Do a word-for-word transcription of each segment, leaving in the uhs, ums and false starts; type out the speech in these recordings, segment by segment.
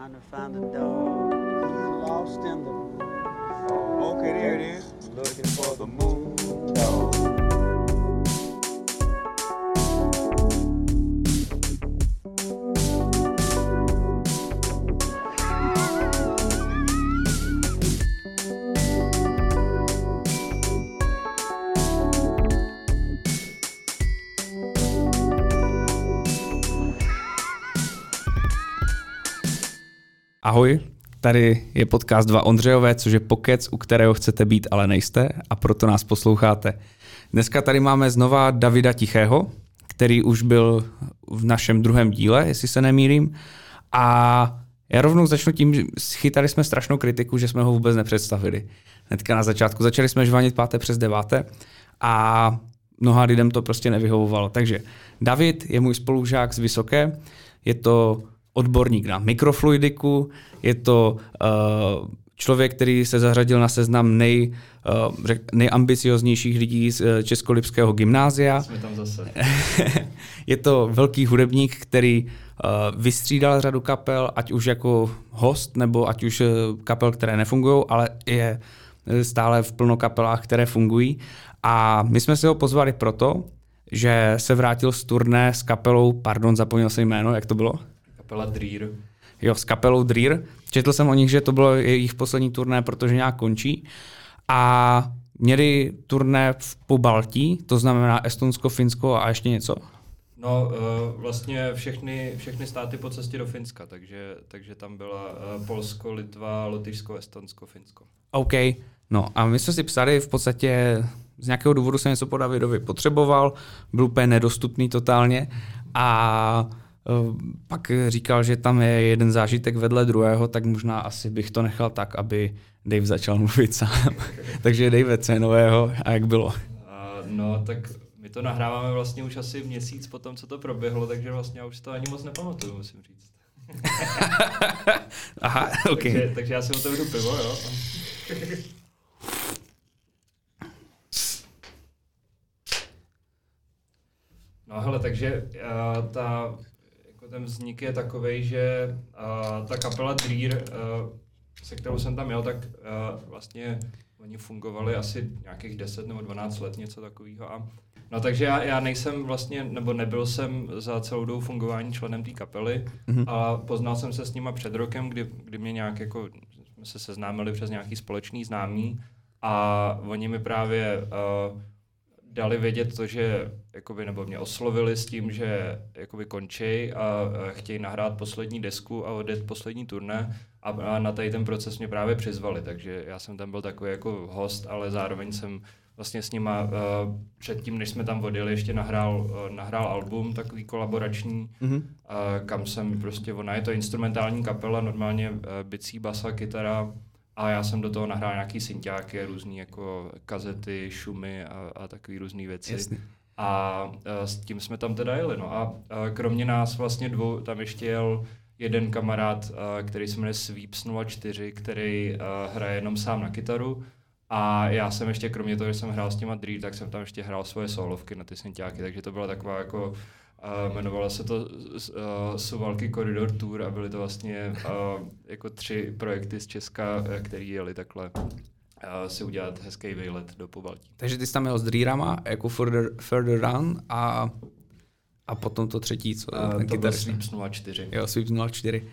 trying to find the dog. He's lost in the... Okay, there it is. Looking for the moon dog. Ahoj, tady je podcast Dva Ondřejové, což je pokec, u kterého chcete být, ale nejste, a proto nás posloucháte. Dneska tady máme znova Davida Tichého, který už byl v našem druhém díle, jestli se nemýlím. A já rovnou začnu tím, že chytali jsme strašnou kritiku, že jsme ho vůbec nepředstavili. Hnedka na začátku začali jsme žvanit páté přes deváté a mnoha lidem to prostě nevyhovovalo. Takže David je můj spolužák z Vysoké, je to odborník na mikrofluidiku, je to uh, člověk, který se zařadil na seznam nej, uh, řek, nejambicioznějších lidí z uh, Českolipského gymnázia. Jsme tam zase. Je to velký hudebník, který uh, vystřídal řadu kapel, ať už jako host, nebo ať už uh, kapel, které nefungují, ale je stále v plno kapelách, které fungují. A my jsme si ho pozvali proto, že se vrátil z turné s kapelou, pardon, zapomněl jsem jméno, jak to bylo? Kapela Dreer. Jo, s kapelou Dreer. Četl jsem o nich, že to bylo jejich poslední turné, protože nějak končí. A měli turné v Pobaltí, to znamená Estonsko, Finsko a ještě něco? No, uh, vlastně všechny, všechny státy po cestě do Finska, takže, takže tam byla uh, Polsko, Litva, Lotyšsko, Estonsko, Finsko. OK, no a my jsme si psali, v podstatě z nějakého důvodu jsem něco po Davidovi potřeboval, byl úplně nedostupný totálně a pak říkal, že tam je jeden zážitek vedle druhého, tak možná asi bych to nechal tak, aby Dave začal mluvit sám. Takže Dave, co je nového a jak bylo? Uh, no, tak my to nahráváme vlastně už asi měsíc po tom, co to proběhlo, takže vlastně já už to ani moc nepamatuju, musím říct. Aha, ok. Takže, takže já si otevřu pivo, jo? No hele, takže uh, ta... ten vznik je takovej, že uh, ta kapela Dreer, uh, se kterou jsem tam jel, tak uh, vlastně oni fungovali asi nějakých deset nebo dvanáct let, něco takového. A no takže já, já nejsem vlastně, nebo nebyl jsem za celou dobu fungování členem té kapely, mm-hmm. a poznal jsem se s nima před rokem, kdy, kdy mě nějak jako, jsme se seznámili přes nějaký společný známý a oni mi právě uh, dali vědět to, že jakoby, nebo mě oslovili s tím, že jakoby končí a chtějí nahrát poslední desku a odjet poslední turné a, a na tady ten proces mě právě přizvali, takže já jsem tam byl takový jako host, ale zároveň jsem vlastně s nima uh, předtím, než jsme tam odjeli, ještě nahrál, uh, nahrál album takový kolaborační, mm-hmm. uh, kam jsem prostě, ona je to instrumentální kapela, normálně uh, bicí, basa, kytara, a já jsem do toho nahrál nějaký synťáky, různý jako kazety, šumy a, a takový různý věci. Jasně. A, a s tím jsme tam teda jeli. No. A, a kromě nás vlastně dvou, tam ještě jel jeden kamarád, a, který se jmenuje Sweeps nula čtyři, který a, hraje jenom sám na kytaru. A já jsem ještě, kromě toho, že jsem hrál s těma Dreer, tak jsem tam ještě hrál svoje solovky na ty synťáky, takže to byla taková jako... Uh, jmenovalo se to uh, Suwałki Corridor Tour a byly to vlastně uh, jako tři projekty z Česka, který jeli takhle uh, si udělat hezký výlet do Pobaltí. Takže ty jsi tam jel s Dreerama jako Further, further Run a, a potom to třetí, co? Uh, ten to byl Sweeps nula čtyři. Jo, Sweeps nula čtyři.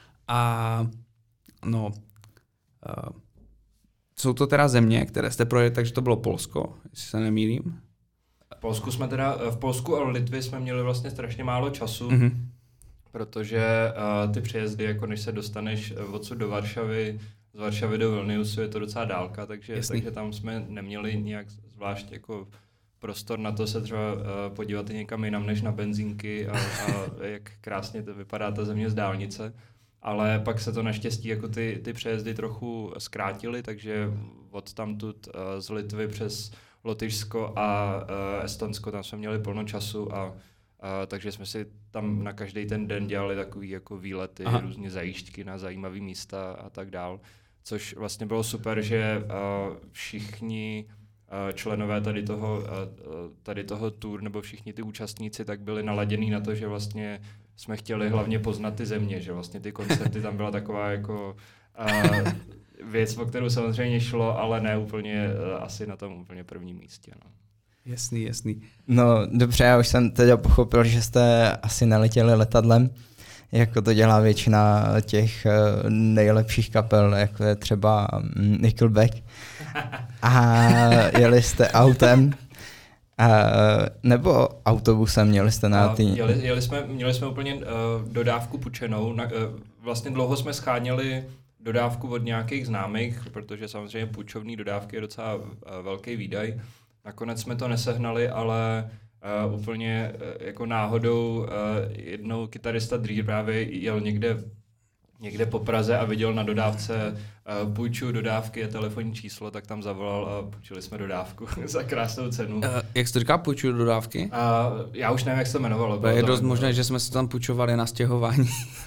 A no, uh, jsou to teda země, které jste projeli, takže to bylo Polsko, jestli se nemýlím. V Polsku jsme teda, v Polsku a v Litvě jsme měli vlastně strašně málo času, mm-hmm. protože uh, ty přejezdy, jako než se dostaneš odsud do Varšavy, z Varšavy do Vilniusu je to docela dálka, takže, takže tam jsme neměli nějak zvlášť jako prostor na to se třeba uh, podívat i někam jinam než na benzínky a, a jak krásně to vypadá ta země z dálnice. Ale pak se to naštěstí jako ty, ty přejezdy trochu zkrátily, takže od tamtud uh, z Litvy přes Lotyšsko a uh, Estonsko, tam jsme měli plno času a uh, takže jsme si tam na každý ten den dělali takový jako výlety, Aha. různě zajížďky na zajímavé místa a tak dál, což vlastně bylo super, že uh, všichni členové tady toho, tady toho tour nebo všichni ty účastníci tak byli naladění na to, že vlastně jsme chtěli hlavně poznat ty země, že vlastně ty koncerty tam byla taková jako uh, věc, o kterou samozřejmě šlo, ale ne úplně uh, asi na tom úplně prvním místě. No. Jasný, jasný. No dobře, já už jsem teda pochopil, že jste asi neletěli letadlem, jako to dělá většina těch uh, nejlepších kapel, jako je třeba Nickelback. A jeli jste autem, a, nebo autobusem, měli jste na ty... Jeli, jeli jsme, měli jsme úplně uh, dodávku půjčenou, na, uh, vlastně dlouho jsme scháněli dodávku od nějakých známých, protože samozřejmě půjčovný dodávky je docela uh, velký výdaj. Nakonec jsme to nesehnali, ale uh, úplně uh, jako náhodou uh, jednou kytarista Dreer právě jel někde někde po Praze a viděl na dodávce uh, půjču dodávky a telefonní číslo, tak tam zavolal a půjčili jsme dodávku za krásnou cenu. Uh, jak se to říká, půjču dodávky? Uh, já už nevím, jak se to jmenovalo. To je dost to, možné, že jsme se tam půjčovali na stěhování.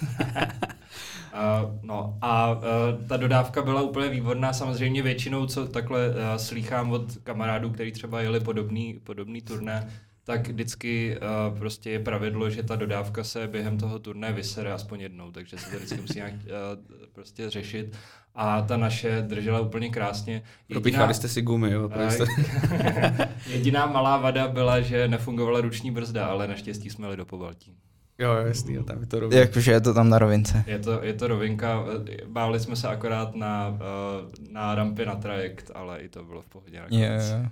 uh, no a uh, ta dodávka byla úplně výborná, samozřejmě většinou, co takhle uh, slýchám od kamarádů, kteří třeba jeli podobný, podobný turné, tak vždycky uh, prostě je pravidlo, že ta dodávka se během toho turné vysere aspoň jednou, takže se to vždycky musí nějak uh, prostě řešit. A ta naše držela úplně krásně. Propíchali jste si gumy, jo? Uh, jediná malá vada byla, že nefungovala ruční brzda, ale naštěstí jsme jeli do Pobaltí. Jo, jasný, jo, tam je to rovinka. Jakože je to tam na rovince. Je to, je to rovinka, báli jsme se akorát na, uh, na rampě na trajekt, ale i to bylo v pohodě. Yeah.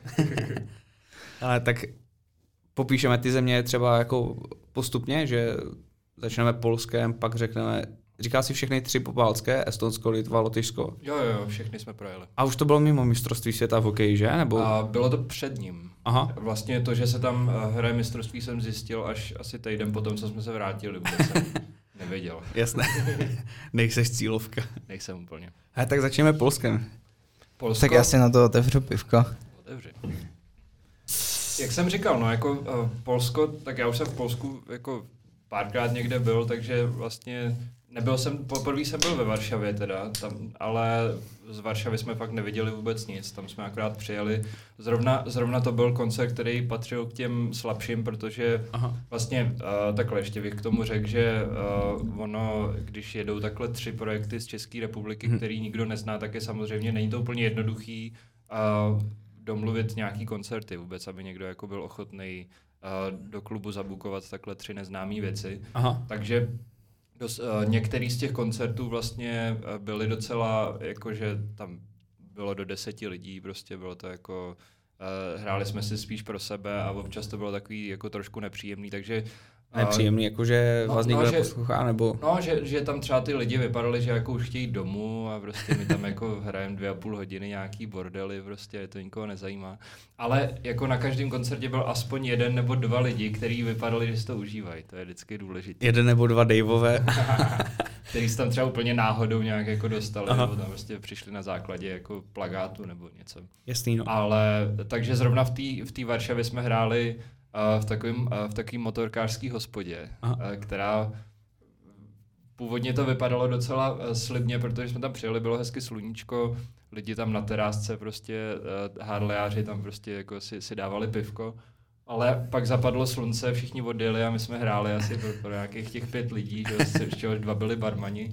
Ale tak popíšeme ty země třeba jako postupně, že začneme Polskem, pak řekneme, říká si všechny tři pobaltské, Estonsko, Litva, Lotyšsko. Jo, jo, všechny jsme projeli. A už to bylo mimo mistrovství světa v hokeji, že? Nebo... A bylo to před ním. Aha. Vlastně to, že se tam hraje mistrovství, jsem zjistil až asi týden potom, co jsme se vrátili, vůbec jsem nevěděl. Jasné, nejseš cílovka. Nejsem úplně. A tak začneme Polskem. Polsko? Tak já si na to otevřu pivko. Otevři. Jak jsem říkal, no jako uh, Polsko, tak já už jsem v Polsku jako párkrát někde byl, takže vlastně nebyl jsem, poprvé jsem byl ve Varšavě teda, tam, ale z Varšavy jsme fakt neviděli vůbec nic, tam jsme akorát přijeli. Zrovna, zrovna to byl koncert, který patřil k těm slabším, protože Aha. vlastně uh, takhle ještě bych k tomu řekl, že uh, ono, když jedou takhle tři projekty z České republiky, hmm. který nikdo nezná, tak je samozřejmě, není to úplně jednoduchý uh, domluvit nějaký koncerty vůbec, aby někdo jako byl ochotný uh, do klubu zabukovat takhle tři neznámé věci. Aha. Takže dos, uh, některý z těch koncertů vlastně uh, byly docela, jakože tam bylo do deseti lidí, prostě bylo to jako, uh, hráli jsme si spíš pro sebe a občas to bylo takový jako trošku nepříjemný, takže Nepříjemný, jakože no, vás no, někdo že, poslouchá, nebo... No, že, že tam třeba ty lidi vypadali, že jako už chtějí domů a prostě my tam jako hrajeme dvě a půl hodiny nějaký bordely, prostě to nikoho nezajímá. Ale jako na každém koncertě byl aspoň jeden nebo dva lidi, kteří vypadali, že si to užívají, to je vždycky důležité. Jeden nebo dva Daveové. Který se tam třeba úplně náhodou nějak jako dostali, Aha. nebo tam prostě přišli na základě jako plagátu nebo něco. Jasný, no. Ale takže zrovna v té v té Varšavě jsme hráli v takovém v takovým motorkářský hospodě, Aha. která původně to vypadalo docela slibně, protože jsme tam přijeli, bylo hezky sluníčko, lidi tam na terásce prostě, harlejáři tam prostě jako si, si dávali pivko, ale pak zapadlo slunce, všichni odjeli a my jsme hráli asi pro, pro nějakých těch pět lidí, z čehož dva byli barmani.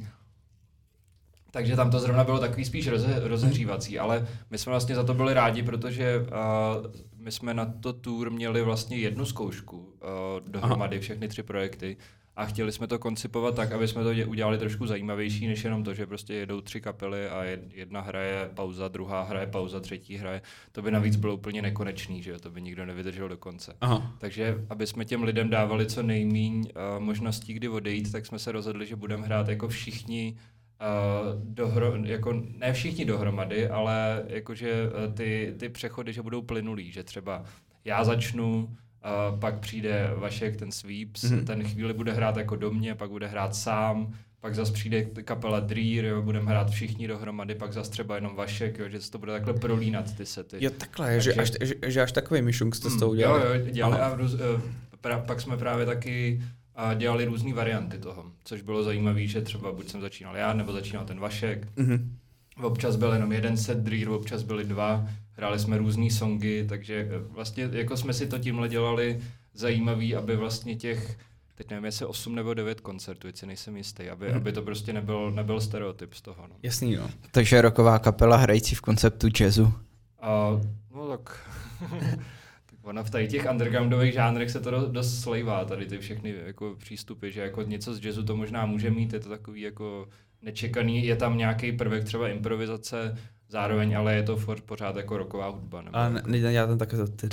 Takže tam to zrovna bylo takový spíš roze, rozehřívací, ale my jsme vlastně za to byli rádi, protože uh, my jsme na to tour měli vlastně jednu zkoušku uh, dohromady, všechny tři projekty a chtěli jsme to koncipovat tak, aby jsme to udělali trošku zajímavější, než jenom to, že prostě jedou tři kapely a jedna hraje pauza, druhá hraje pauza, třetí hraje. To by navíc bylo úplně nekonečný, že jo? To by nikdo nevydržel do konce. Aha. Takže aby jsme těm lidem dávali co nejméně uh, možností, kdy odejít, tak jsme se rozhodli, že budeme hrát jako všichni Uh, dohro, jako ne všichni dohromady, ale jakože uh, ty, ty přechody, že budou plynulý, že třeba já začnu, uh, pak přijde Vašek, ten Sweeps, mm-hmm. ten chvíli bude hrát jako do mě, pak bude hrát sám, pak zase přijde kapela Dreer, jo, budeme hrát všichni dohromady, pak zase třeba jenom Vašek, jo, že se to bude takhle prolínat ty sety. Jo, takhle, Takže, že, až, že, že až takový myšlunk jste s tou udělali. Jo, jo, dělali a růz, uh, pra, pak jsme právě taky a dělali různé varianty toho, což bylo zajímavé, že třeba buď jsem začínal já, nebo začínal ten Vašek. Mm-hmm. Občas byl jenom jeden set Dreer, občas byly dva. hráli jsme různý songy, takže vlastně jako jsme si to tímhle dělali zajímavý, aby vlastně těch, teď nevím, jestli osm nebo devět koncertů, jestli nejsem jistý, aby, hmm. aby to prostě nebyl, nebyl stereotyp z toho. No. Jasný, jo. Takže rocková kapela hrající v konceptu jazzu. A, no tak... Ono v tady těch undergroundových žánrech se to dost slejvá, tady ty všechny jako přístupy, že jako něco z jazzu to možná může mít, je to takový jako nečekaný, je tam nějaký prvek třeba improvizace, zároveň, ale je to furt pořád jako rocková hudba. Nebo A jako... nedělá tam takové to...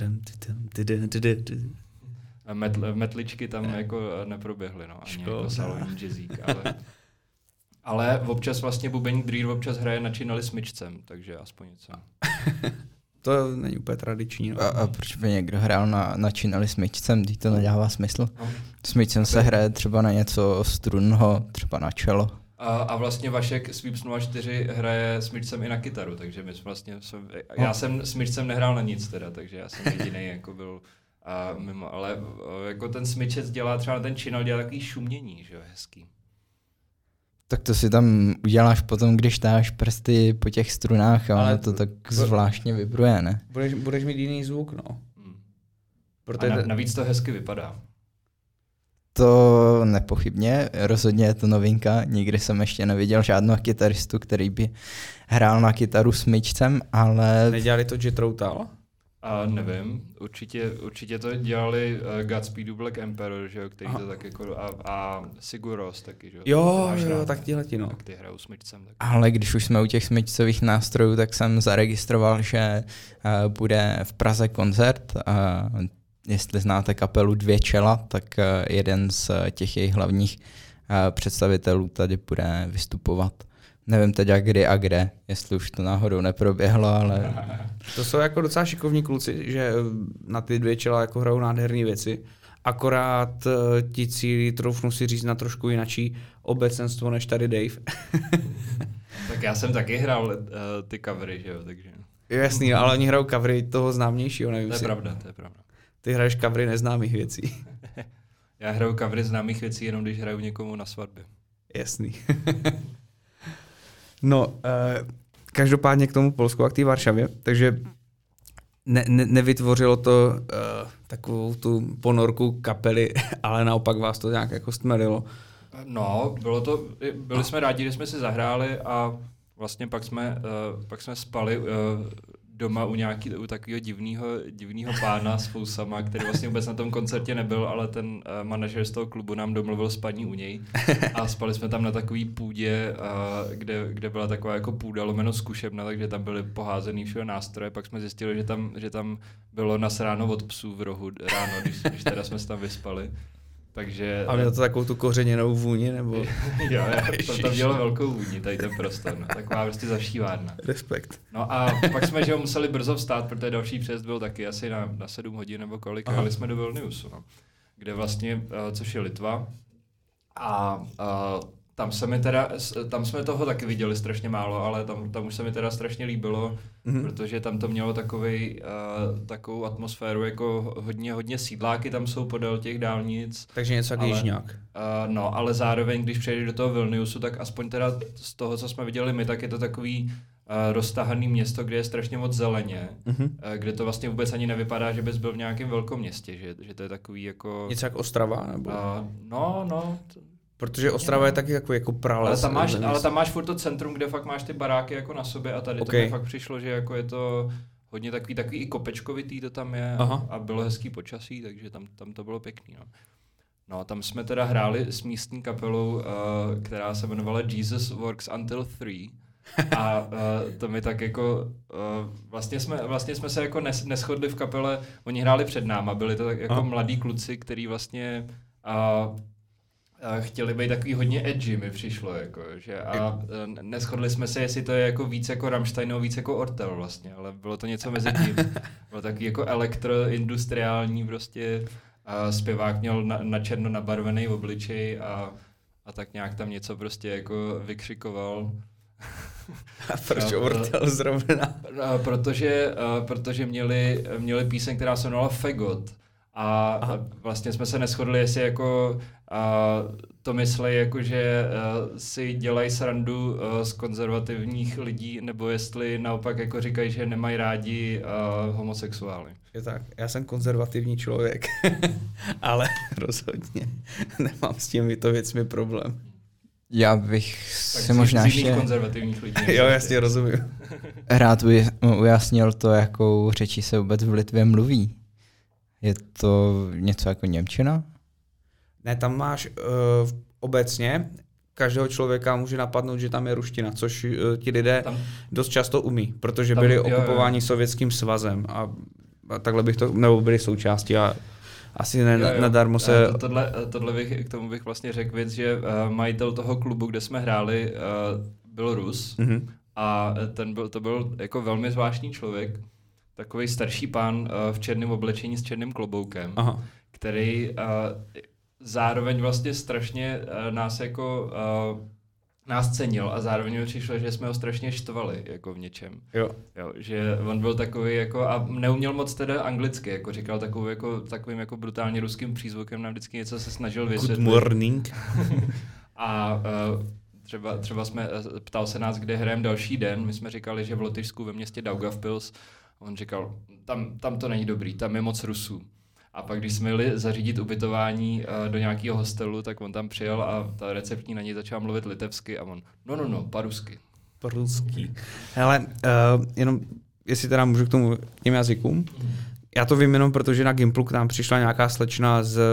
Metl, metličky tam jako neproběhly, no, ani jako salonní jazzík, ale... ale občas vlastně bubeník Dreer občas hraje načínali smyčcem, takže aspoň něco. To není úplně tradiční. No. A, a proč by někdo hrál na, načínali smyčcem, když to nedává smysl? No. Smyčcem se hraje třeba na něco strunného, třeba na čelo. A, a vlastně Vašek Sweeps nula čtyři hraje smyčcem i na kytaru, takže my jsme vlastně, jsem, já jsem smyčcem nehrál na nic teda, takže já jsem jedinej jako byl a mimo, ale jako ten smyčec dělá třeba ten činel, dělá takový šumění, že jo, hezký. Tak to si tam uděláš potom, když dáš prsty po těch strunách, ale to tak zvláštně vibruje, ne? Budeš, budeš mít jiný zvuk, no. Hmm. Protože... A na, navíc to hezky vypadá. To nepochybně, rozhodně je to novinka, nikdy jsem ještě neviděl žádného kytaristu, který by hrál na kytaru smyčcem, ale... Nedělali to Jet Routal? A nevím, určitě, určitě to dělali uh, Godspeedu Black Emperor, že jo, který Aha. to tak jako, a, a Siguros taky, že jo. Jo, jo, tak tihleti, no. Tak ty hrajou smyčcem. Tak. Ale když už jsme u těch smyčcových nástrojů, tak jsem zaregistroval, že uh, bude v Praze koncert. Uh, jestli znáte kapelu Dvě čela, tak uh, jeden z těch jejich hlavních uh, představitelů tady bude vystupovat. Nevím teď kdy a kde, jestli už to náhodou neproběhlo, ale... To jsou jako docela šikovní kluci, že na ty Dvě čela jako hrajou nádherné věci, akorát ti cílí, troufnu si říct, na trošku jinačí obecenstvo než tady Dave. Tak já jsem taky hrál uh, ty covery, že jo, takže... Jasný, ale oni hrajou covery toho známějšího, nevím To je si. pravda, to je pravda. Ty hraješ covery neznámých věcí. Já hraju covery známých věcí jenom když hraju někomu na svatbě. Jasný. No, uh, každopádně k tomu Polsku a k té Varšavě, takže ne, ne, nevytvořilo to uh, takovou tu ponorku kapely, ale naopak vás to nějak jako stmelilo. No, bylo to, byli jsme rádi, že jsme si zahráli a vlastně pak jsme, uh, pak jsme spali uh, doma u nějaký, u takového divného divného pána s fousama, který vlastně vůbec na tom koncertě nebyl, ale ten uh, manažer z toho klubu nám domluvil spaní u něj. A spali jsme tam na takový půdě, uh, kde, kde byla taková jako půda lomeno zkušebna, takže tam byly poházený všeho nástroje. Pak jsme zjistili, že tam, že tam bylo nasráno od psů v rohu ráno, když, když teda jsme se tam vyspali. Takže, a mělo to takovou tu kořeněnou vůni, nebo? jo, jo, to tam mělo velkou vůni, tady ten prostor, no. Taková prostě zašívárna. Respekt. No a pak jsme, že ho museli brzo vstát, protože další přejezd byl taky asi na, na sedm hodin nebo kolik, a jeli jsme do Vilniusu, no. Kde vlastně, uh, což je Litva, a uh, tam se mi teda, tam jsme toho taky viděli strašně málo, ale tam, tam už se mi teda strašně líbilo, mm-hmm. protože tam to mělo takovej, uh, takovou atmosféru, jako hodně, hodně sídláky tam jsou podél těch dálnic. Takže něco jak jižňák. Uh, no, ale zároveň, když přejdeš do toho Vilniusu, tak aspoň teda z toho, co jsme viděli my, tak je to takový uh, roztahaný město, kde je strašně moc zeleně, mm-hmm. uh, kde to vlastně vůbec ani nevypadá, že bys byl v nějakém velkom městě, že, že to je takový jako... Něco jak Ostrava, nebo? Uh, no, no... T- Protože Ostrava je taky takový jako prales. Ale tam máš, ale tam máš furt to centrum, kde fakt máš ty baráky jako na sobě a tady okay. to mi fakt přišlo, že jako je to hodně takový, takový i kopečkovitý to tam je. Aha. A bylo hezký počasí, takže tam, tam to bylo pěkný. No. No, tam jsme teda hráli s místní kapelou, uh, která se jmenovala Jesus Works Until Three. A uh, to mi tak jako, uh, vlastně, jsme, vlastně jsme se jako nes, neschodli v kapele, oni hráli před náma, byli to tak jako Aha. mladí kluci, který vlastně... Uh, A chtěli být takový hodně edgy, mi přišlo, jako, že a neshodli jsme se, jestli to je jako víc jako Rammstein nebo víc jako Ortel vlastně, ale bylo to něco mezi tím. Bylo takový jako elektroindustriální prostě, a zpěvák měl na, na černo nabarvený obličej a, a tak nějak tam něco prostě jako vykřikoval. A proč Ortel zrovna? Protože, protože měli, měli píseň, která se jmenovala Fagot. A Aha. vlastně jsme se neshodli, jestli jako a, to myslí, jako, že a, si dělají srandu a, z konzervativních lidí, nebo jestli naopak jako říkají, že nemají rádi a, homosexuály. Je tak, já jsem konzervativní člověk, ale rozhodně nemám s těmito věcmi problém. Já bych tak si možná ještě... konzervativních lidí. Jo, jasně, rozumím. Rád by ujasnil to, jakou řečí se vůbec v Litvě mluví. Je to něco jako němčina? Ne, tam máš uh, obecně, každého člověka může napadnout, že tam je ruština, což uh, ti lidé tam, dost často umí, protože tam, byli jo, okupováni jo. Sovětským svazem a, a takhle bych to, nebo byli součástí a asi ne, jo, jo. nadarmo se... To, tohle, tohle bych, k tomu bych vlastně řekl věc, že uh, majitel toho klubu, kde jsme hráli, uh, byl Rus mm-hmm. a ten byl, to byl jako velmi zvláštní člověk, takový starší pán uh, v černém oblečení s černým kloboukem, Aha. který uh, zároveň vlastně strašně uh, nás jako uh, nás cenil a zároveň mi přišlo, že jsme ho strašně štvali jako v něčem. Jo. Jo, že on byl takový jako a neuměl moc teda anglicky, jako říkal takový jako takovým jako brutálně ruským přízvukem, nám vždycky něco se snažil vysvětlit. Good morning. a uh, třeba, třeba jsme, ptal se nás, kde hrajeme další den, my jsme říkali, že v Lotyšsku ve městě Daugavpils. On říkal, tam, tam to není dobrý, tam je moc Rusů. A pak, když jsme jeli zařídit ubytování uh, do nějakého hostelu, tak on tam přijel a ta receptní na něj začala mluvit litevsky a on, no, no, no, parusky. Parusky. Hele, uh, jenom, jestli teda můžu k tomu, k těm jazykům. Mm. Já to vím jenom, protože na Gimplu k nám přišla nějaká slečna z,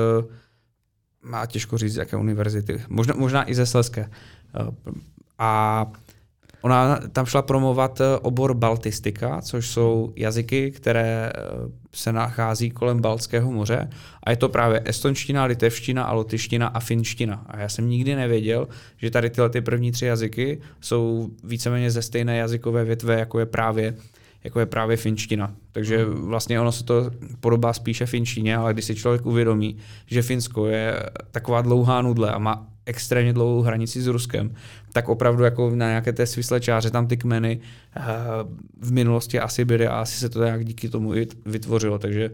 má těžko říct, z jaké univerzity, možná, možná i ze Slezské. Uh, a ona tam šla promovat obor baltistika, což jsou jazyky, které se nachází kolem Baltského moře. A je to právě estonština, litevština a lotyština a finština. A já jsem nikdy nevěděl, že tady tyhle ty první tři jazyky jsou víceméně ze stejné jazykové větve, jako je právě, jako je právě finština. Takže vlastně ono se to podobá spíše finštině, ale když si člověk uvědomí, že Finsko je taková dlouhá nudle a má extrémně dlouhou hranici s Ruskem, tak opravdu jako na nějaké té svislé čáře tam ty kmeny uh, v minulosti asi byly a asi se to nějak díky tomu i vytvořilo, takže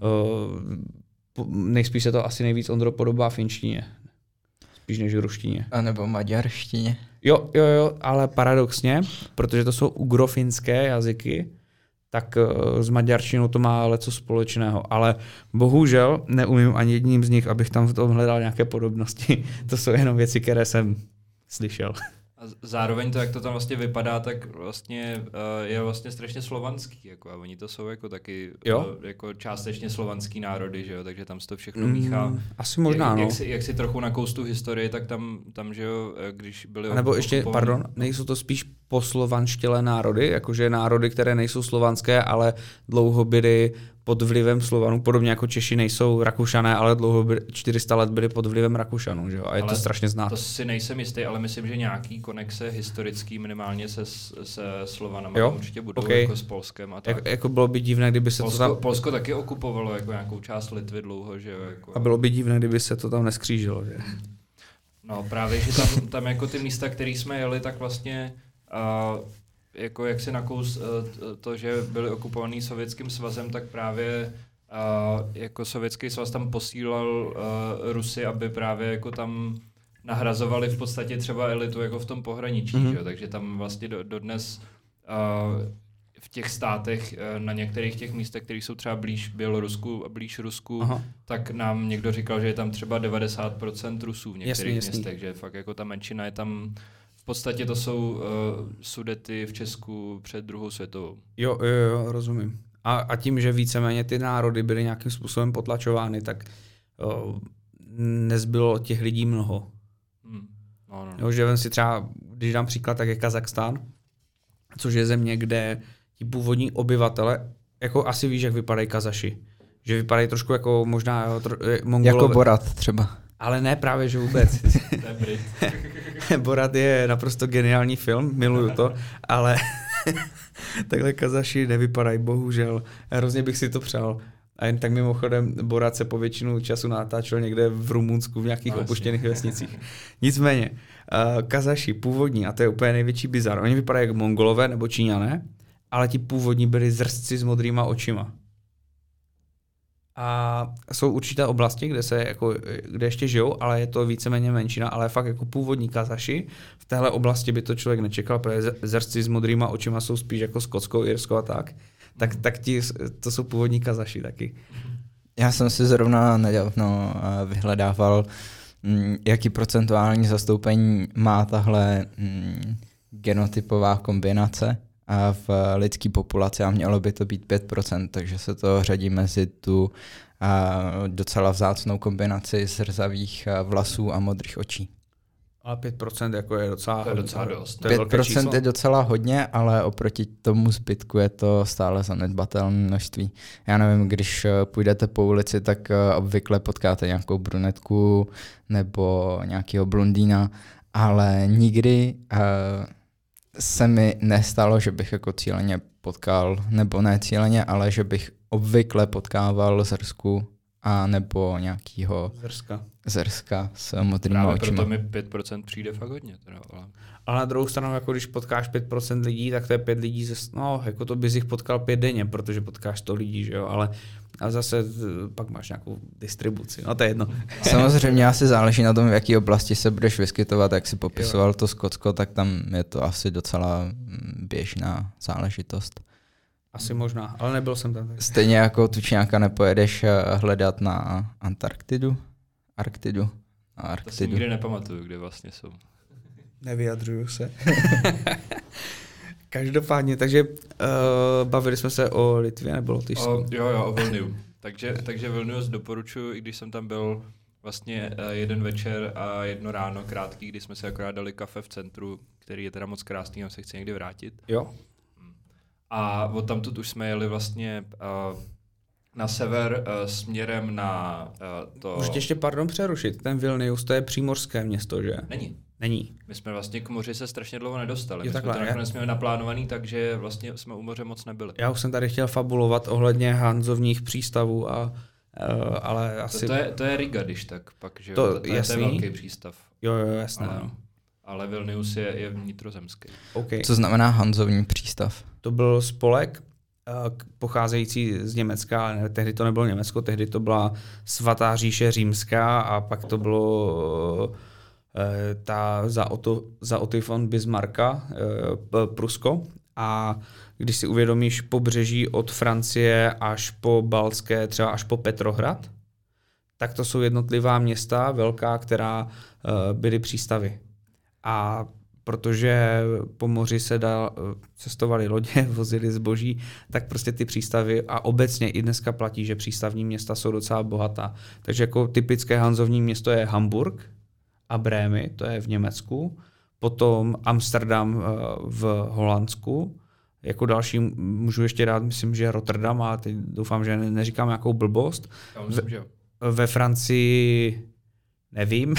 uh, nejspíš se to asi nejvíc, Ondro, podobá finštině, spíš než ruštině. A nebo maďarštině. Jo, jo, jo, ale paradoxně, protože to jsou ugrofinské jazyky, tak uh, s maďarštinou to má leco společného, ale bohužel neumím ani jedním z nich, abych tam v tom hledal nějaké podobnosti. To jsou jenom věci, které jsem slyšel. A zároveň to, jak to tam vlastně vypadá, tak vlastně uh, je vlastně strašně slovanský, jako a oni to jsou jako taky uh, jako částečně slovanský národy, že jo, takže tam se to všechno míchá. Mm, asi možná, jak, no. Jak si, jak si trochu nakous tu historii, tak tam, tam že jo, když byli... A nebo ještě, pardon, nejsou to spíš poslovanštělé národy, jakože národy, které nejsou slovanské, ale dlouho byly pod vlivem Slovanů, podobně jako Češi nejsou Rakušané, ale dlouho byli, čtyři sta let byli pod vlivem Rakušanů, že jo? A je ale to strašně znát. To si nejsem jistý, ale myslím, že nějaký konexe historický minimálně se, se Slovanama jo? určitě budou okay. jako s Polskem a tak. Jak, jako bylo by divné, kdyby se Polsko, to tam... Polsko taky okupovalo jako nějakou část Litvy dlouho, že jo? Jako... A bylo by divné, kdyby se to tam neskřížilo, že? No právě, že tam, tam jako ty místa, které jsme jeli, tak vlastně uh, jako jak si nakous uh, to, že byli okupovaný Sovětským svazem, tak právě uh, jako Sovětský svaz tam posílal uh, Rusy, aby právě jako tam nahrazovali v podstatě třeba elitu jako v tom pohraničí, mm-hmm. že? Takže tam vlastně do, dodnes uh, v těch státech, uh, na některých těch místech, které jsou třeba blíž Bělorusku a blíž Rusku, Aha. tak nám někdo říkal, že je tam třeba devadesát procent Rusů v některých jasný, městech, jasný. Že fakt jako ta menšina je tam, v podstatě to jsou uh, Sudety v Česku před druhou světovou. Jo, jo, jo, rozumím. A, a tím, že víceméně ty národy byly nějakým způsobem potlačovány, tak uh, nezbylo těch lidí mnoho. Hmm. No, no, no. Jo, že vem si třeba, když dám příklad, tak je Kazachstán, což je země, kde ti původní obyvatele, jako asi víš, jak vypadají Kazaši. Že vypadají trošku jako možná jo, tro, Mongolové. Jako Borat třeba. Ale ne právě, že vůbec. Borat je naprosto geniální film, miluju to, ale takhle Kazaši nevypadají, bohužel. Hrozně bych si to přál. A jen tak mimochodem Borat se po většinu času natáčel někde v Rumunsku v nějakých no, opuštěných vesnicích. Nicméně, uh, Kazaši původní, a to je úplně největší bizar, oni vypadají jako Mongolové nebo Číňané, ale ti původní byli zrzci s modrýma očima. A jsou určité oblasti, kde se jako, kde ještě žijou, ale je to víceméně menšina, ale fakt jako původní kazaši. V téhle oblasti by to člověk nečekal, protože zerzci s modrýma očima jsou spíš jako skotskou, irskou a tak. Tak, tak ti, to jsou původní kazaši taky. Já jsem si zrovna nedávno vyhledával, jaký procentuální zastoupení má tahle genotypová kombinace v lidské populaci a mělo by to být pět procent, takže se to řadí mezi tu docela vzácnou kombinaci zrzavých vlasů a modrých očí. Ale pět procent jako je docela, to je docela dost. To je pět procent je docela hodně, ale oproti tomu zbytku je to stále zanedbatelné množství. Já nevím, když půjdete po ulici, tak obvykle potkáte nějakou brunetku nebo nějakého blondýna, ale nikdy uh, se mi nestalo, že bych jako cíleně potkal, nebo ne cíleně, ale že bych obvykle potkával zrsku a nebo nějakýho zrska. zrska s modrýma Právě očima. proto mi pět procent přijde fakt hodně. Teda, ale... ale na druhou stranu, jako když potkáš pět procent lidí, tak to je pět lidí, ze, no, jako to bys jich potkal pět denně, protože potkáš sto lidí, že jo, ale a zase pak máš nějakou distribuci, no to je jedno. Samozřejmě asi záleží na tom, v jaké oblasti se budeš vyskytovat, jak si popisoval jo. to Skotsko, tak tam je to asi docela běžná záležitost. Asi možná, ale nebyl jsem tam. Stejně jako tučňáka nepojedeš hledat na Antarktidu? Arktidu? Na Arktidu. To si nikdy nepamatuju, kde vlastně jsou. Nevyjadřuju se. Každopádně, takže uh, bavili jsme se o Litvě nebo Lotyšsku? Jo, jo, o Vilniu. takže, takže Vilnius doporučuji, i když jsem tam byl vlastně uh, jeden večer a jedno ráno krátký, kdy jsme si akorát dali kafe v centru, který je teda moc krásný, a se chci někdy vrátit. Jo. A od tamtud už jsme jeli vlastně uh, na sever uh, směrem na uh, to... Můžete ještě, pardon, přerušit. Ten Vilnius, to je přímořské město, že? Není. Není. My jsme vlastně k moři se strašně dlouho nedostali. Je My takhle, jsme to nakonec měli naplánovaný, takže vlastně jsme u moře moc nebyli. Já už jsem tady chtěl fabulovat ohledně hanzovních přístavů, a, uh, ale asi... To, to, je, to je Riga, když tak pak, že to, jo? To, to, je, to je velký přístav. Jo, jo, jasné. Ale, no. ale Vilnius je, je vnitrozemský. Okay. Co znamená hanzovní přístav? To byl spolek pocházející z Německa, tehdy to nebylo Německo, tehdy to byla svatá říše římská a pak to bylo ta za, Otto, za Otto von Bismarcka, Prusko. A když si uvědomíš pobřeží od Francie až po Baltské, třeba až po Petrohrad, tak to jsou jednotlivá města velká, která byly přístavy. A protože po moři se dal, cestovali lodě, vozili zboží, tak prostě ty přístavy a obecně i dneska platí, že přístavní města jsou docela bohatá. Takže jako typické hanzovní město je Hamburg a Brémy, to je v Německu, potom Amsterdam v Holandsku, jako další můžu ještě dát, myslím, že Rotterdam, a teď doufám, že neříkám nějakou blbost. Já myslím, že jo. Ve Francii nevím.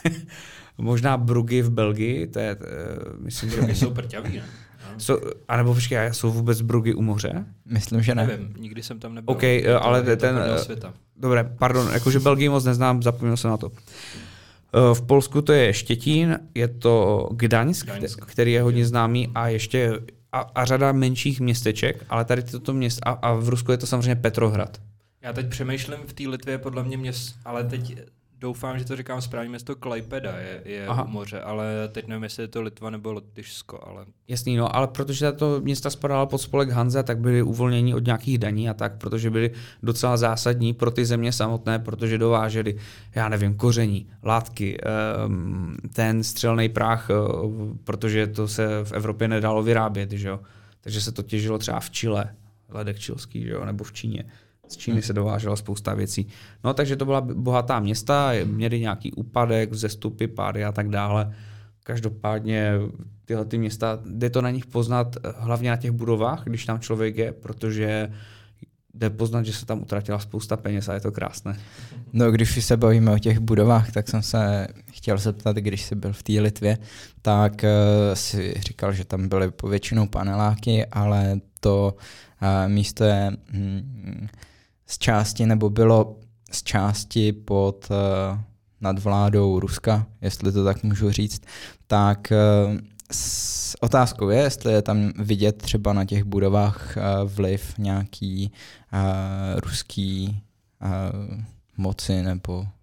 Možná Brugy v Belgii, to je, uh, myslím, že... jsou prťaví, ne? So, a nebo počkej, jsou vůbec Brugy u moře? Myslím, že ne. Nevím, nikdy jsem tam nebyl. OK, uh, ale to, ten... To dobré, pardon, jakože Belgii moc neznám, zapomněl jsem na to. Uh, v Polsku to je Štětín, je to Gdaňsk, Gdaňsk. který je hodně známý, a ještě a, a řada menších městeček, ale tady toto město, a, a v Rusku je to samozřejmě Petrohrad. Já teď přemýšlím, v té Litvě podle mě měst, ale teď... Doufám, že to říkám správně, město Klaipeda je, je u moře, ale teď nevím, jestli je to Litva nebo Lotyšsko. Ale... Jasný, no, ale protože tato města spadala pod spolek Hanze, tak byly uvolnění od nějakých daní a tak, protože byly docela zásadní pro ty země samotné, protože dovážely, já nevím, koření, látky, ten střelný prach, protože to se v Evropě nedalo vyrábět, že jo? Takže se to těžilo třeba v Chile, ledek chilský, že jo? Nebo v Číně. Z Číny se dovážela spousta věcí. No, takže to byla bohatá města, měly nějaký úpadek, vzestupy, pády a tak dále. Každopádně tyhle ty města, jde to na nich poznat hlavně na těch budovách, když tam člověk je, protože jde poznat, že se tam utratila spousta peněz a je to krásné. No, když se bavíme o těch budovách, tak jsem se chtěl zeptat, když jsi byl v té Litvě, tak uh, si říkal, že tam byly povětšinou paneláky, ale to uh, místo je mm, z části, nebo bylo z části pod uh, nadvládou Ruska, jestli to tak můžu říct, tak uh, s otázkou je, jestli je tam vidět třeba na těch budovách uh, vliv nějaký uh, ruský moci nebo uh,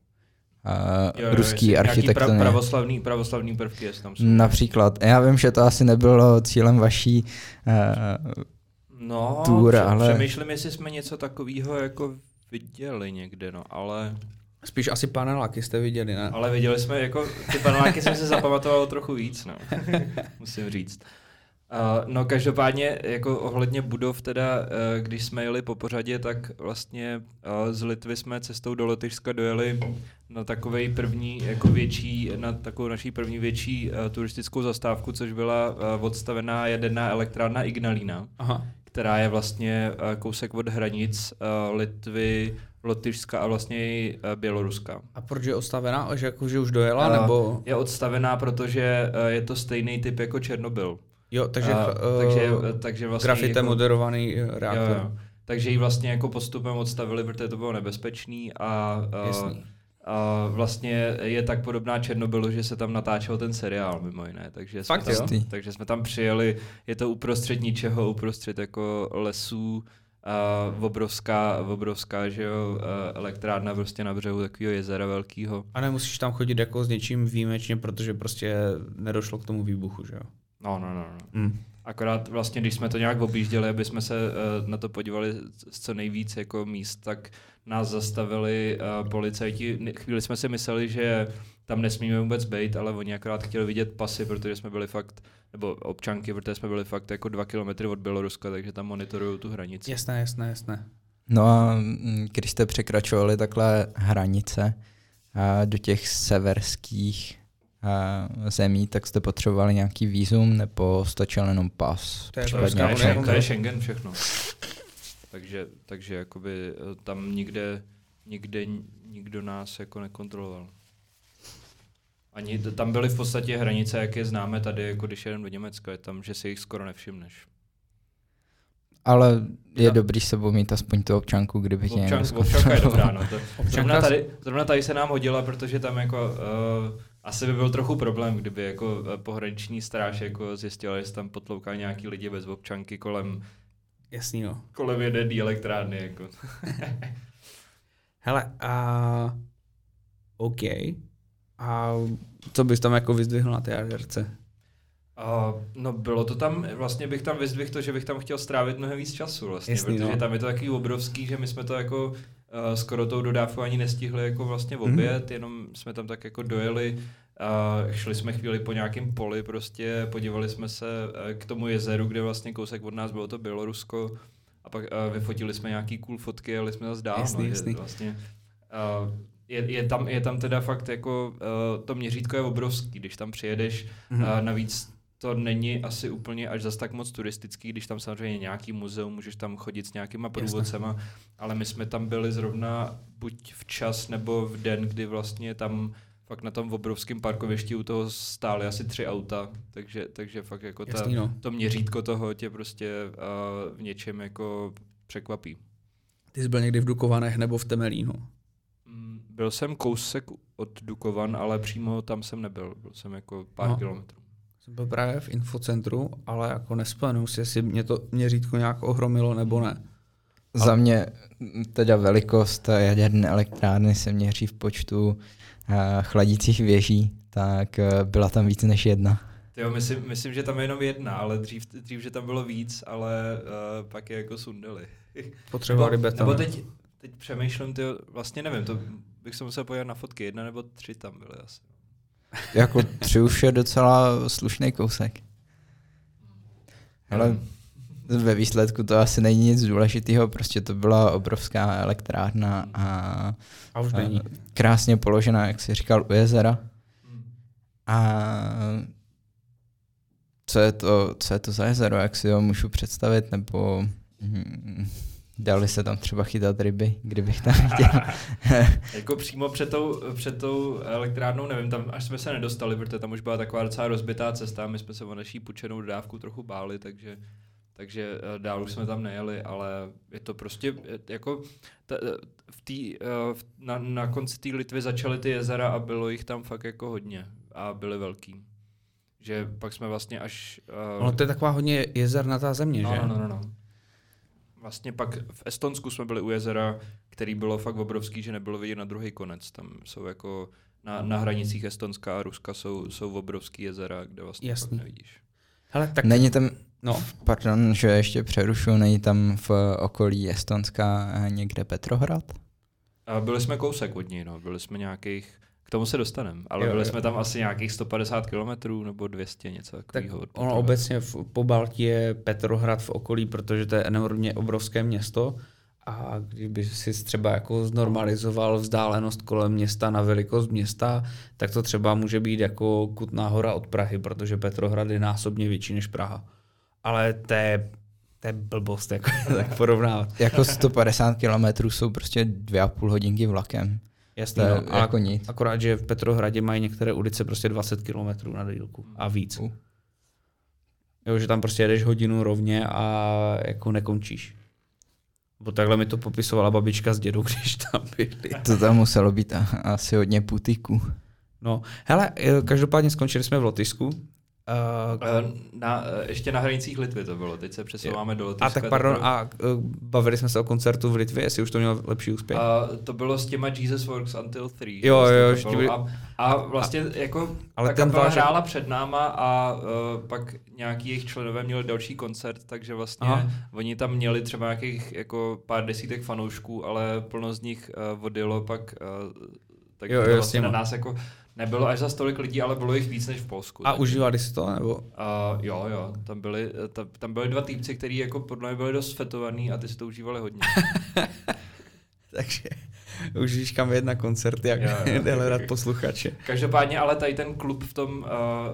jo, jo, ruský architektury. Pra, pravoslavný, pravoslavný prvky, jestli tam jsou. Například. Já vím, že to asi nebylo cílem vaší uh, no, tour, pře- ale... přemýšlím, jestli jsme něco takového jako viděli někde, no, ale... Spíš asi paneláky jste viděli, ne? Ale viděli jsme, jako, ty paneláky jsem se zapamatoval trochu víc, no, musím říct. Uh, no každopádně, jako ohledně budov teda, uh, když jsme jeli po pořadě, tak vlastně uh, z Litvy jsme cestou do Lotyšska dojeli na takovej první, jako větší, na takovou naší první větší uh, turistickou zastávku, což byla uh, odstavená jaderná elektrárna Ignalina, Aha. která je vlastně uh, kousek od hranic uh, Litvy, Lotyšska a vlastně i uh, Běloruska. A proč je odstavená? Že, jako, že už dojela? Uh, nebo... Je odstavená, protože uh, je to stejný typ jako Černobyl. Jo, takže, uh, uh, takže, takže vlastně grafite jako, moderovaný reaktor. Jo, jo. Takže ji vlastně jako postupem odstavili, protože to bylo nebezpečný a, uh, a vlastně je tak podobná Černobylu, že se tam natáčel ten seriál mimo jiné. Takže jsme, Fakt, tam, takže jsme tam přijeli, je to uprostřed ničeho, uprostřed jako lesů, uh, obrovská, obrovská že jo, uh, elektrárna prostě na břehu takového jezera velkého. A nemusíš tam chodit jako s něčím výjimečně, protože prostě nedošlo k tomu výbuchu, že jo? No, no, no. no. Mm. Akorát vlastně, když jsme to nějak objížděli, aby jsme se uh, na to podívali z co nejvíc jako míst, tak nás zastavili uh, policajti. Chvíli jsme si mysleli, že tam nesmíme vůbec být, ale oni akorát chtěli vidět pasy, protože jsme byli fakt, nebo občanky, protože jsme byli fakt jako dva kilometry od Běloruska, takže tam monitorují tu hranici. Jasné, jasné, jasné. No a když jste překračovali takhle hranice uh, do těch severských zemí, tak jste potřebovali nějaký vízum nebo stačil jenom pas? To je, to je, to je Schengen všechno. takže, takže jakoby tam nikde, nikde nikdo nás jako nekontroloval. Ani tam byly v podstatě hranice, jak je známe tady, jako když jedem do Německa, je tam, že si jich skoro nevšimneš. Ale je tam dobrý s sebou mít aspoň tu občanku, kdyby tě někdo zkontroloval. Občanka je dobrá, no. To, zrovna, tady, zrovna tady se nám hodila, protože tam jako uh, asi by byl trochu problém, kdyby jako pohraniční stráž jako zjistila, že tam potloukali nějaký lidi bez občanky kolem Jasný, no. kolem jedné elektrárny. Jako. Hele, a OK. A co bys tam jako vyzdvihl na té jazerce? Uh, no bylo to tam, vlastně bych tam vyzdvihl to, že bych tam chtěl strávit mnohem víc času vlastně, Jasný, protože no. tam je to takový obrovský, že my jsme to jako uh, skoro tou dodávku ani nestihli jako vlastně oběd, mm. jenom jsme tam tak jako dojeli, uh, šli jsme chvíli po nějakém poli prostě, podívali jsme se uh, k tomu jezeru, kde vlastně kousek od nás bylo to Bělorusko a pak uh, vyfotili jsme nějaký cool fotky, jeli jsme zase dál. Jasný, no, jasný. Vlastně, uh, je, je, tam, je tam teda fakt jako, uh, to měřítko je obrovský, když tam přijedeš, mm. uh, navíc to není asi úplně až zas tak moc turistický, když tam samozřejmě nějaký muzeum, můžeš tam chodit s nějakýma průvodcema, ale my jsme tam byli zrovna buď včas nebo v den, kdy vlastně tam fakt na tom obrovském parkovišti u toho stály asi tři auta, takže, takže fakt jako ta, Jasný, no. to měřítko toho tě prostě uh, v něčem jako překvapí. Ty jsi byl někdy v Dukovanech nebo v Temelínu? Mm, byl jsem kousek od Dukovan, ale přímo tam jsem nebyl, byl jsem jako pár no. kilometrů. Jsem byl právě v infocentru, ale jako nespomenu si, jestli mě to měřítko nějak ohromilo nebo ne. Za ale... mě teda velikost jaderné elektrárny se měří v počtu uh, chladících věží, tak uh, byla tam víc než jedna. Jo, myslím, myslím, že tam je jenom jedna, ale dřív, dřív že tam bylo víc, ale uh, pak je jako sundali. Potřebovali beton. Nebo teď, teď přemýšlím, tyjo, vlastně nevím, to bych se musel podívat na fotky, jedna nebo tři tam byly asi. Jako tři už je docela slušný kousek. Ale ve výsledku to asi není nic důležitého, prostě to byla obrovská elektrárna a, a už není. Krásně položená, jak jsi říkal, u jezera. A co je to, co je to za jezero, jak si ho můžu představit, nebo hm, dali se tam třeba chytat ryby, kdybych tam chtěl. Jako přímo před tou, před tou elektrárnou, nevím, tam až jsme se nedostali, protože tam už byla taková docela rozbitá cesta, my jsme se o naší půjčenou dodávku trochu báli, takže, takže dál už jsme tam nejeli, ale je to prostě jako ta, v tý, v, na, na konci té Litvy začaly ty jezera a bylo jich tam fakt jako hodně a byly velký. Že pak jsme vlastně až... Uh, ono to je taková hodně jezernatá země, no, že? No, no, no, no. vlastně pak v Estonsku jsme byli u jezera, který bylo fakt obrovský, že nebylo vidět na druhý konec. Tam jsou jako na, na hranicích Estonska a Ruska jsou, jsou obrovský jezera, kde vlastně Jasný. fakt nevidíš. Hele, tak... Není tam, No. pardon, že ještě přerušu, není tam v okolí Estonska někde Petrohrad? A byli jsme kousek od ní, no. Byli jsme nějakých, k tomu se dostaneme, ale Jo, byli jo. jsme tam asi nějakých sto padesát kilometrů nebo dvě stě, něco Tak takového. od ono Petrohradu. obecně v, po Baltí je Petrohrad v okolí, protože to je enormně obrovské město a kdyby si třeba jako znormalizoval vzdálenost kolem města na velikost města, tak to třeba může být jako Kutná Hora od Prahy, protože Petrohrad je násobně větší než Praha. Ale to je, to je blbost, jako tak porovnávat. Jako sto padesát kilometrů jsou prostě dvě a půl hodinky vlakem. Jasně, To je no, ale jako nic. akorát, že v Petrohradě mají některé ulice prostě dvacet kilometrů na dílku a víc. Uh. Jo, že tam prostě jedeš hodinu rovně a jako nekončíš. Bo takhle mi to popisovala babička s dědou, když tam byli. To tam muselo být a, asi hodně putíků. No, hele, každopádně skončili jsme v Lotyšsku. Uh, Na, ještě na hranicích Litvy to bylo, teď se přesouváme do Lotyšska. a tak pardon, a uh, bavili jsme se o koncertu v Litvě, jestli už to mělo lepší úspěch. A to bylo s těma Jesus Works Until three. Jo, vlastně jo, to že bylo. byli- a, a vlastně a, jako ale ta ten kapela vážek- hrála před náma a uh, pak nějaký jejich členové měli další koncert, takže vlastně Aha. oni tam měli třeba nějakých jako pár desítek fanoušků, ale plno z nich uh, odjelo pak, uh, tak Jo, to jo, s vlastně na těma. nás jako nebylo až za tolik lidí, ale bylo jich víc než v Polsku. A takže- užívali si to, nebo? Uh, jo, jo, tam byli, ta, tam byli dva týpci, kteří jako podle mě byli dost fetovaný a ty si to užívali hodně. Takže už víš, kam jet na koncert, jak Jo, jo. jde hledat posluchače. Každopádně, ale tady ten klub v tom, uh,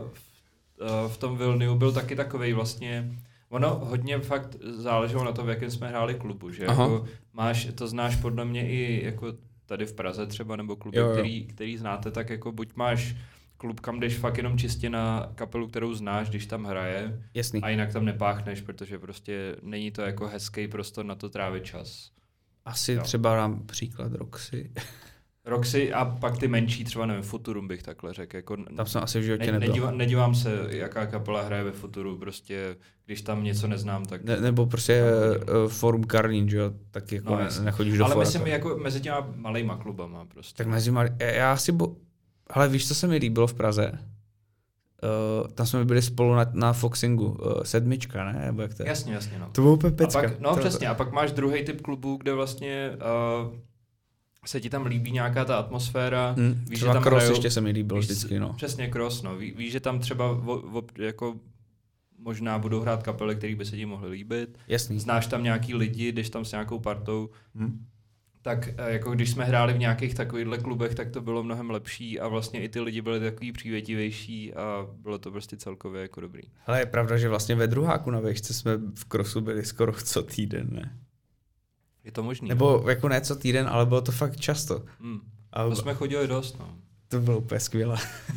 v, uh, v tom Vilniu byl taky takovej vlastně, ono hodně fakt záleželo na tom, v jakém jsme hráli klubu, že Aha. jako máš, to znáš podle mě i jako tady v Praze třeba, nebo kluby, Jo, jo. Který, který znáte, tak jako buď máš klub, kam jdeš fakt jenom čistě na kapelu, kterou znáš, když tam hraje, Jasný. a jinak tam nepáchneš, protože prostě není to jako hezký prostor na to trávit čas. Asi Jo. třeba dám příklad Roxy. Roxy a pak ty menší, třeba nevím, Futurum bych takhle řekl. Jako, Tam jsem asi v životě ne, nebyl. nedívám, nedívám se, jaká kapela hraje ve Futuru, prostě když tam něco neznám, tak... Ne, nebo prostě uh, Forum Karlín, že jo, tak jako No, ne, jasně. nechodíš do Ale fora. myslím jako mezi těma malejma klubama prostě. Tak mezi malý, já si bo... Ale víš, co se mi líbilo v Praze? Uh, tam jsme byli spolu na, na Foxingu, uh, sedmička, ne? Nebo jak to je? Jasně, jasně, no. To bylo úplně A pecka. pak, no to, přesně, a pak máš druhý typ klubů, kde vlastně uh, se ti tam líbí nějaká ta atmosféra. Mm, víš, třeba že tam Cross hrajou- ještě se mi líbilo víš, vždycky, no. Přesně Cross, no. Ví, víš, že tam třeba vo, vo, jako možná budou hrát kapely, které by se ti mohly líbit. Jasný. Znáš tam nějaký lidi, jdeš tam s nějakou partou. Hm. Tak eh, jako když jsme hráli v nějakých takovýchhle klubech, tak to bylo mnohem lepší a vlastně i ty lidi byli takový přívětivější a bylo to prostě celkově jako dobrý. Ale je pravda, že vlastně ve druháku na vejšce jsme v Crossu byli skoro co týden, ne? Je to možný. Nebo jako ne co týden, ale bylo to fakt často. Hmm. A To jsme chodili dost, no. to bylo úplně skvělé.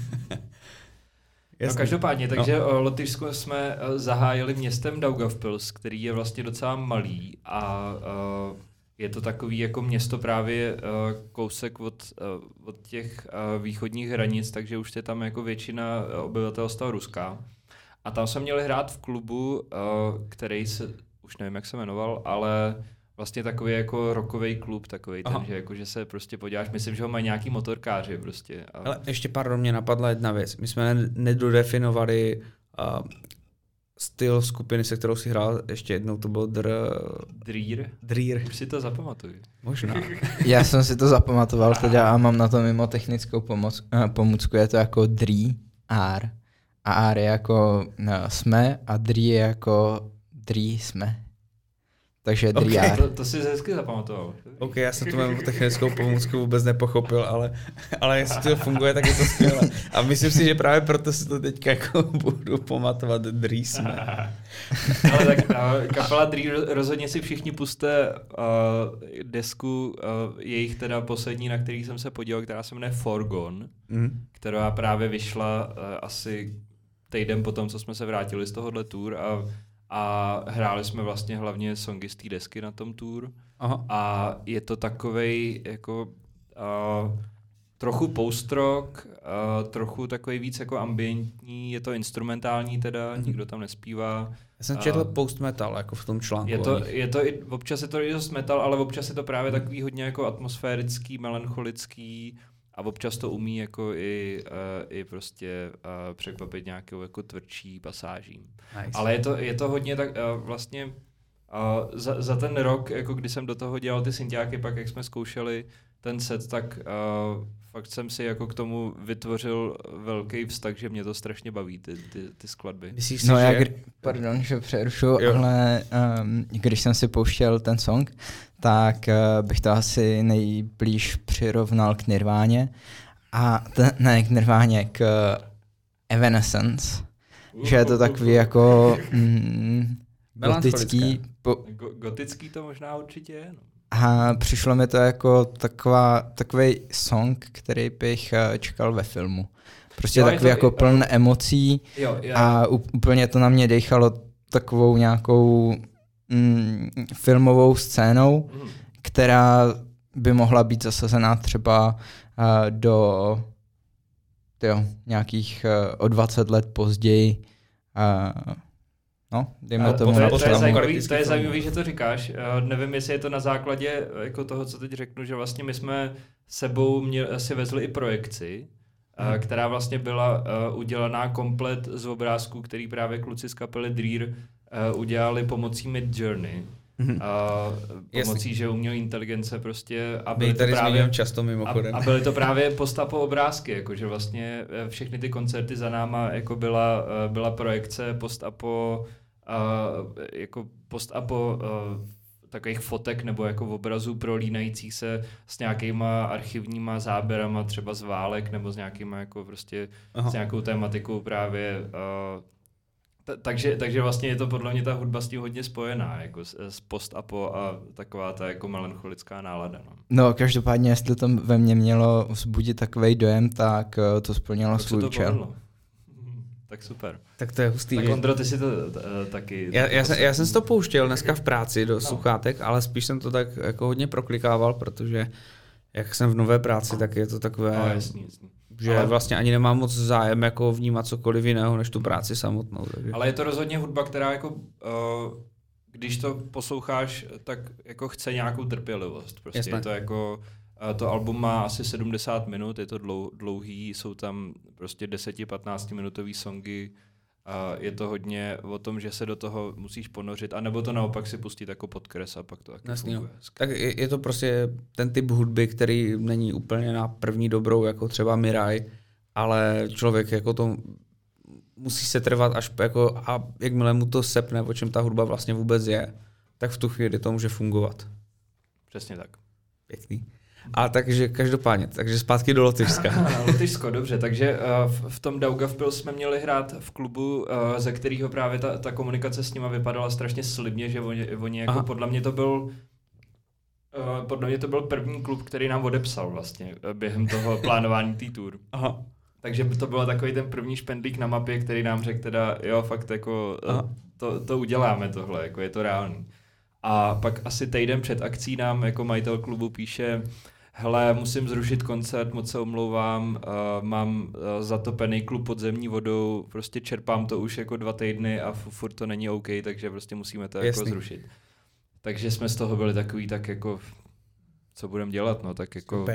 No každopádně, takže no. Lotyšsko jsme eh, zahájili městem Daugavpils, který je vlastně docela malý a uh, je to takový jako město právě uh, kousek od, uh, od těch uh, východních hranic, takže už je tam jako většina obyvatelstva ruská. A tam jsme měli hrát v klubu, uh, který se, už nevím, jak se jmenoval, ale vlastně takový jako rockový klub, takový ten, že, jako, že se prostě podíváš, myslím, že ho mají nějaký motorkáři prostě. A... Ale ještě pardon, mě napadla jedna věc. My jsme nedodefinovali uh, styl skupiny, se kterou si hrál, ještě jednou to bylo dr... Dreer? Dreer. Už si to zapamatuju. Možná. Já jsem si to zapamatoval teda a mám na to mimo technickou pomoc, eh, pomůcku, je to jako drý, R. A R je jako no, jsme a drý je jako drý jsme. Takže drý Okay. R. To, to si hezky zapamatoval. OK, já jsem tu mou technickou pomůcku vůbec nepochopil, ale, ale jestli to funguje, tak je to skvělé. A myslím si, že právě proto si to teďka jako budu pamatovat, drý jsme. Ale tak uh, kapela Dreer, rozhodně si všichni puste uh, desku uh, jejich teda poslední, na který jsem se podíval, která se jmenuje Forgone, Mm. která právě vyšla uh, asi týden potom, co jsme se vrátili z tohohle tour a, a hráli jsme vlastně hlavně songy z té desky na tom tour. Aha. A je to takovej jako uh, trochu post-rock, uh, trochu takový víc jako ambientní, je to instrumentální teda, Mhm. nikdo tam nespívá. Já jsem četl post metal jako v tom článku. Je to, je to i, občas je to i dost metal, ale občas je to právě hmm. takový hodně jako atmosférický, melancholický a občas to umí jako i, uh, i prostě uh, překvapit nějakou jako tvrdší pasáží. Nice. Ale je to, je to hodně tak uh, vlastně uh, za, za ten rok, jako kdy jsem do toho dělal ty synťáky, pak jak jsme zkoušeli ten set, tak uh, fakt jsem si jako k tomu vytvořil velký vztah, že mě to strašně baví, ty, ty, ty skladby. Myslíš no si, já, že... kdy, pardon, že přerušu, ale um, když jsem si pouštěl ten song, tak uh, bych to asi nejblíž přirovnal k Nirváně. A t- ne k Nirváně, k uh, Evanescence. Uh, že je to takový uh, jako mm, gotický. Po... Go- gotický to možná určitě je, no. A přišlo mi to jako taková, takový song, který bych čekal ve filmu. Prostě jo, takový to, jako pln uh, emocí jo, jo. a úplně to na mě dejchalo takovou nějakou mm, filmovou scénou, mm. která by mohla být zasazená třeba uh, do tyjo, nějakých uh, o dvacet let později. Uh, No, dejme tomu to, na to, to je zajímavý, to je zajímavý, že to říkáš. Uh, nevím, jestli je to na základě jako toho, co teď řeknu, že vlastně my jsme sebou měli, si vezli i projekci, hmm. uh, která vlastně byla uh, udělaná komplet z obrázků, který právě kluci z kapely Dreer uh, udělali pomocí Midjourney. Mm-hmm. Uh, pomocí, Jasný. že umělé inteligence prostě a byly to právě často mimochodem. A, a byly to právě post-apo obrázky, jakože vlastně všechny ty koncerty za náma jako byla, byla projekce post-apo uh, jako post-apo uh, takových fotek nebo jako obrazů prolínajících se s nějakýma archivníma záběrama třeba z válek nebo s nějakýma jako prostě Aha. s nějakou tématikou právě uh, T- takže, takže vlastně je to podle mě ta hudba s tím hodně spojená, jako s, s post-apo a taková ta jako melancholická nálada. No, no každopádně, jestli to ve mně mělo vzbudit takovej dojem, tak uh, to splnilo tak svůj účel. Tak super. Tak to je hustý. Tak Ondro, ty si to t- taky... Já, já, jsem, já jsem si to pouštěl dneska v práci do no. sluchátek, ale spíš jsem to tak jako hodně proklikával, protože jak jsem v nové práci, tak je to takové... No, jasný, jasný. Že ale vlastně ani nemám moc zájem jako vnímat cokoliv jiného, než tu práci samotnou. Takže. Ale je to rozhodně hudba, která jako, uh, když to posloucháš, tak jako chce nějakou trpělivost. Prostě Jasné. Je to jako, uh, to album má asi sedmdesát minut, je to dlou, dlouhý, jsou tam prostě deset až patnáct minutový songy. A je to hodně o tom, že se do toho musíš ponořit, anebo to naopak si pustit jako podkres a pak to taky Jasný, funguje. Tak je, je to prostě ten typ hudby, který není úplně na první dobrou, jako třeba Mirai, ale člověk jako to musí se trvat až jako a jakmile mu to sepne, o čem ta hudba vlastně vůbec je, tak v tu chvíli to může fungovat. Přesně tak. Pěkný. A takže každopádně, takže zpátky do Lotyšska. Lotyšsko, dobře, takže uh, v, v tom Daugavpils jsme měli hrát v klubu, uh, ze kterého právě ta, ta komunikace s nima vypadala strašně slibně, že oni, oni jako Aha. podle mě to byl uh, podle mě to byl první klub, který nám odepsal vlastně uh, během toho plánování té tour. Aha. Takže to byl takový ten první špendlík na mapě, který nám řekl teda, jo, fakt jako uh, to, to uděláme tohle, jako je to reálný. A pak asi týden před akcí nám jako majitel klubu píše: hele, musím zrušit koncert, moc se omlouvám, uh, mám uh, zatopený klub pod zemní vodou, prostě čerpám to už jako dva týdny a f- furt to není OK, takže prostě musíme to jako zrušit. Takže jsme z toho byli takový tak jako, co budeme dělat, no tak jako...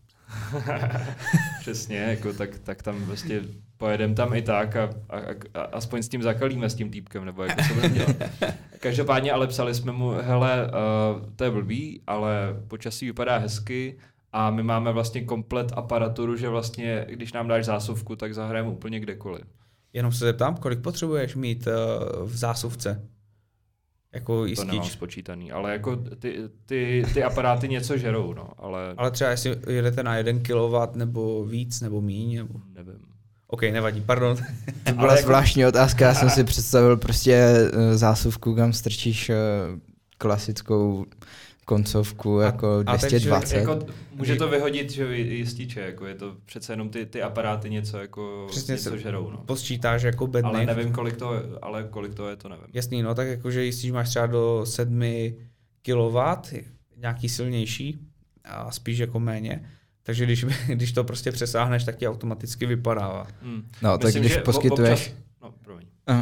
Přesně, jako tak, tak tam prostě pojedeme tam i tak a, a, a aspoň s tím zakalíme s tím týpkem, nebo jako co budeme dělat. Každopádně ale psali jsme mu, hele, uh, to je blbý, ale počasí vypadá hezky a my máme vlastně komplet aparaturu, že vlastně, když nám dáš zásuvku, tak zahrajeme úplně kdekoliv. Jenom se zeptám, kolik potřebuješ mít uh, v zásuvce? Jako to nemám spočítaný, ale jako ty, ty, ty aparáty něco žerou, no, ale... Ale třeba jestli jedete na jeden kilowatt nebo víc, nebo míň, nebo... Nevím. OK, nevadí, pardon. To byla zvláštní jako... otázka, já jsem si představil prostě zásuvku, kam strčíš klasickou koncovku, a, jako dvě stě dvacet. Jako, může to vyhodit, že jističe, jako je to přece jenom ty, ty aparáty něco jako přesně něco žerou, no. Posčítáš jako bedny. Ale nevím, kolik to je, ale kolik to je, to nevím. Jasný, no tak jakože jistý, máš třeba do sedmi kilowattů, nějaký silnější a spíš jako méně. Takže když, když to prostě přesáhneš, tak ti automaticky vypadává. Hmm. No, Myslím, tak když poskytuješ... Občas... No, promiň. Uh,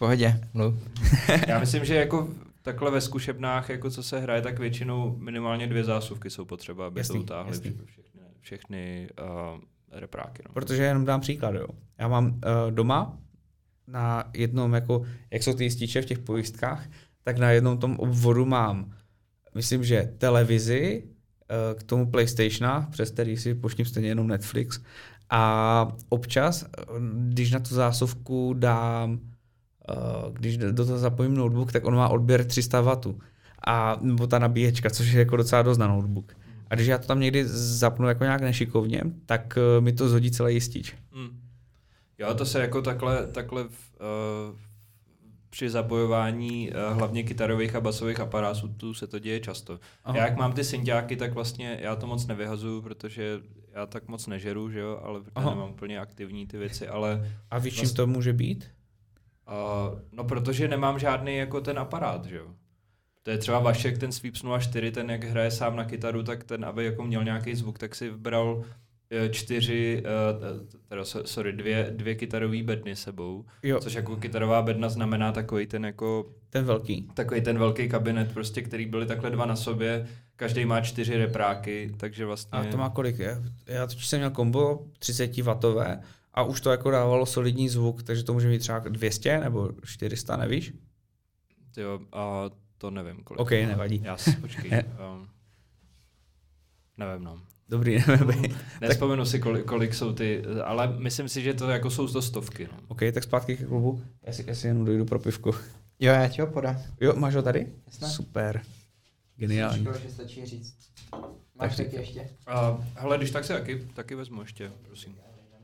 pohodě, mluv. Já myslím, že jako takhle ve zkušebnách, jako co se hraje, tak většinou minimálně dvě zásuvky jsou potřeba, aby Jasný, to utáhly jasný. všechny, všechny uh, repráky. No. Protože jenom dám příklad, jo. Já mám uh, doma na jednom, jako, jak jsou ty jističe v těch pojistkách, tak na jednom tom obvodu mám, myslím, že televizi, uh, k tomu PlayStationa, přes který si poštím stejně jenom Netflix. A občas, když na tu zásuvku dám, uh, když do toho zapojím notebook, tak on má odběr tři sta wattů. A nebo ta nabíječka, což je jako docela dost na notebook. A když já to tam někdy zapnu jako nějak nešikovně, tak uh, mi to zhodí celý jistič. Hmm. Jo, to se jako takhle, takhle v, uh, při zapojování uh, hlavně kytarových a basových aparátů tu se to děje často. Aha. Já jak mám ty synťáky, tak vlastně já to moc nevyhazuju, protože já tak moc nežeru, že jo, ale protože nemám úplně aktivní ty věci, ale... A víš, čím vlastně, to může být? Uh, no, protože nemám žádný jako ten aparát, že jo. To je třeba Vašek, ten Sweeps nula čtyři, ten jak hraje sám na kytaru, tak ten, aby jako měl nějaký zvuk, tak si vybral čtyři, teda sorry, dvě, dvě kytarové bedny sebou, jo. Což jako kytarová bedna znamená takový ten jako... Ten velký. Takový ten velký kabinet, prostě, který byly takhle dva na sobě, každý má čtyři repráky, takže vlastně... A to má kolik? Já totiž jsem měl kombo třicet wattové a už to jako dávalo solidní zvuk, takže to může mít třeba dvě stě nebo čtyři sta, nevíš? Jo, a to nevím kolik. OK, nevadí. Já si počkej. um, nevím, no. Dobrý, nevím. Nespomenu si, kolik, kolik jsou ty, ale myslím si, že to jako jsou to stovky. No. OK, tak zpátky ke klubu. Já si, já si jenom dojdu pro pivko. Jo, já ti ho podám. Jo, máš ho tady? Jasné. Super. Geniální. Škoda, že stačí říct. Máš taky ještě? Uh, hele, když tak si taky, taky vezmu ještě, prosím.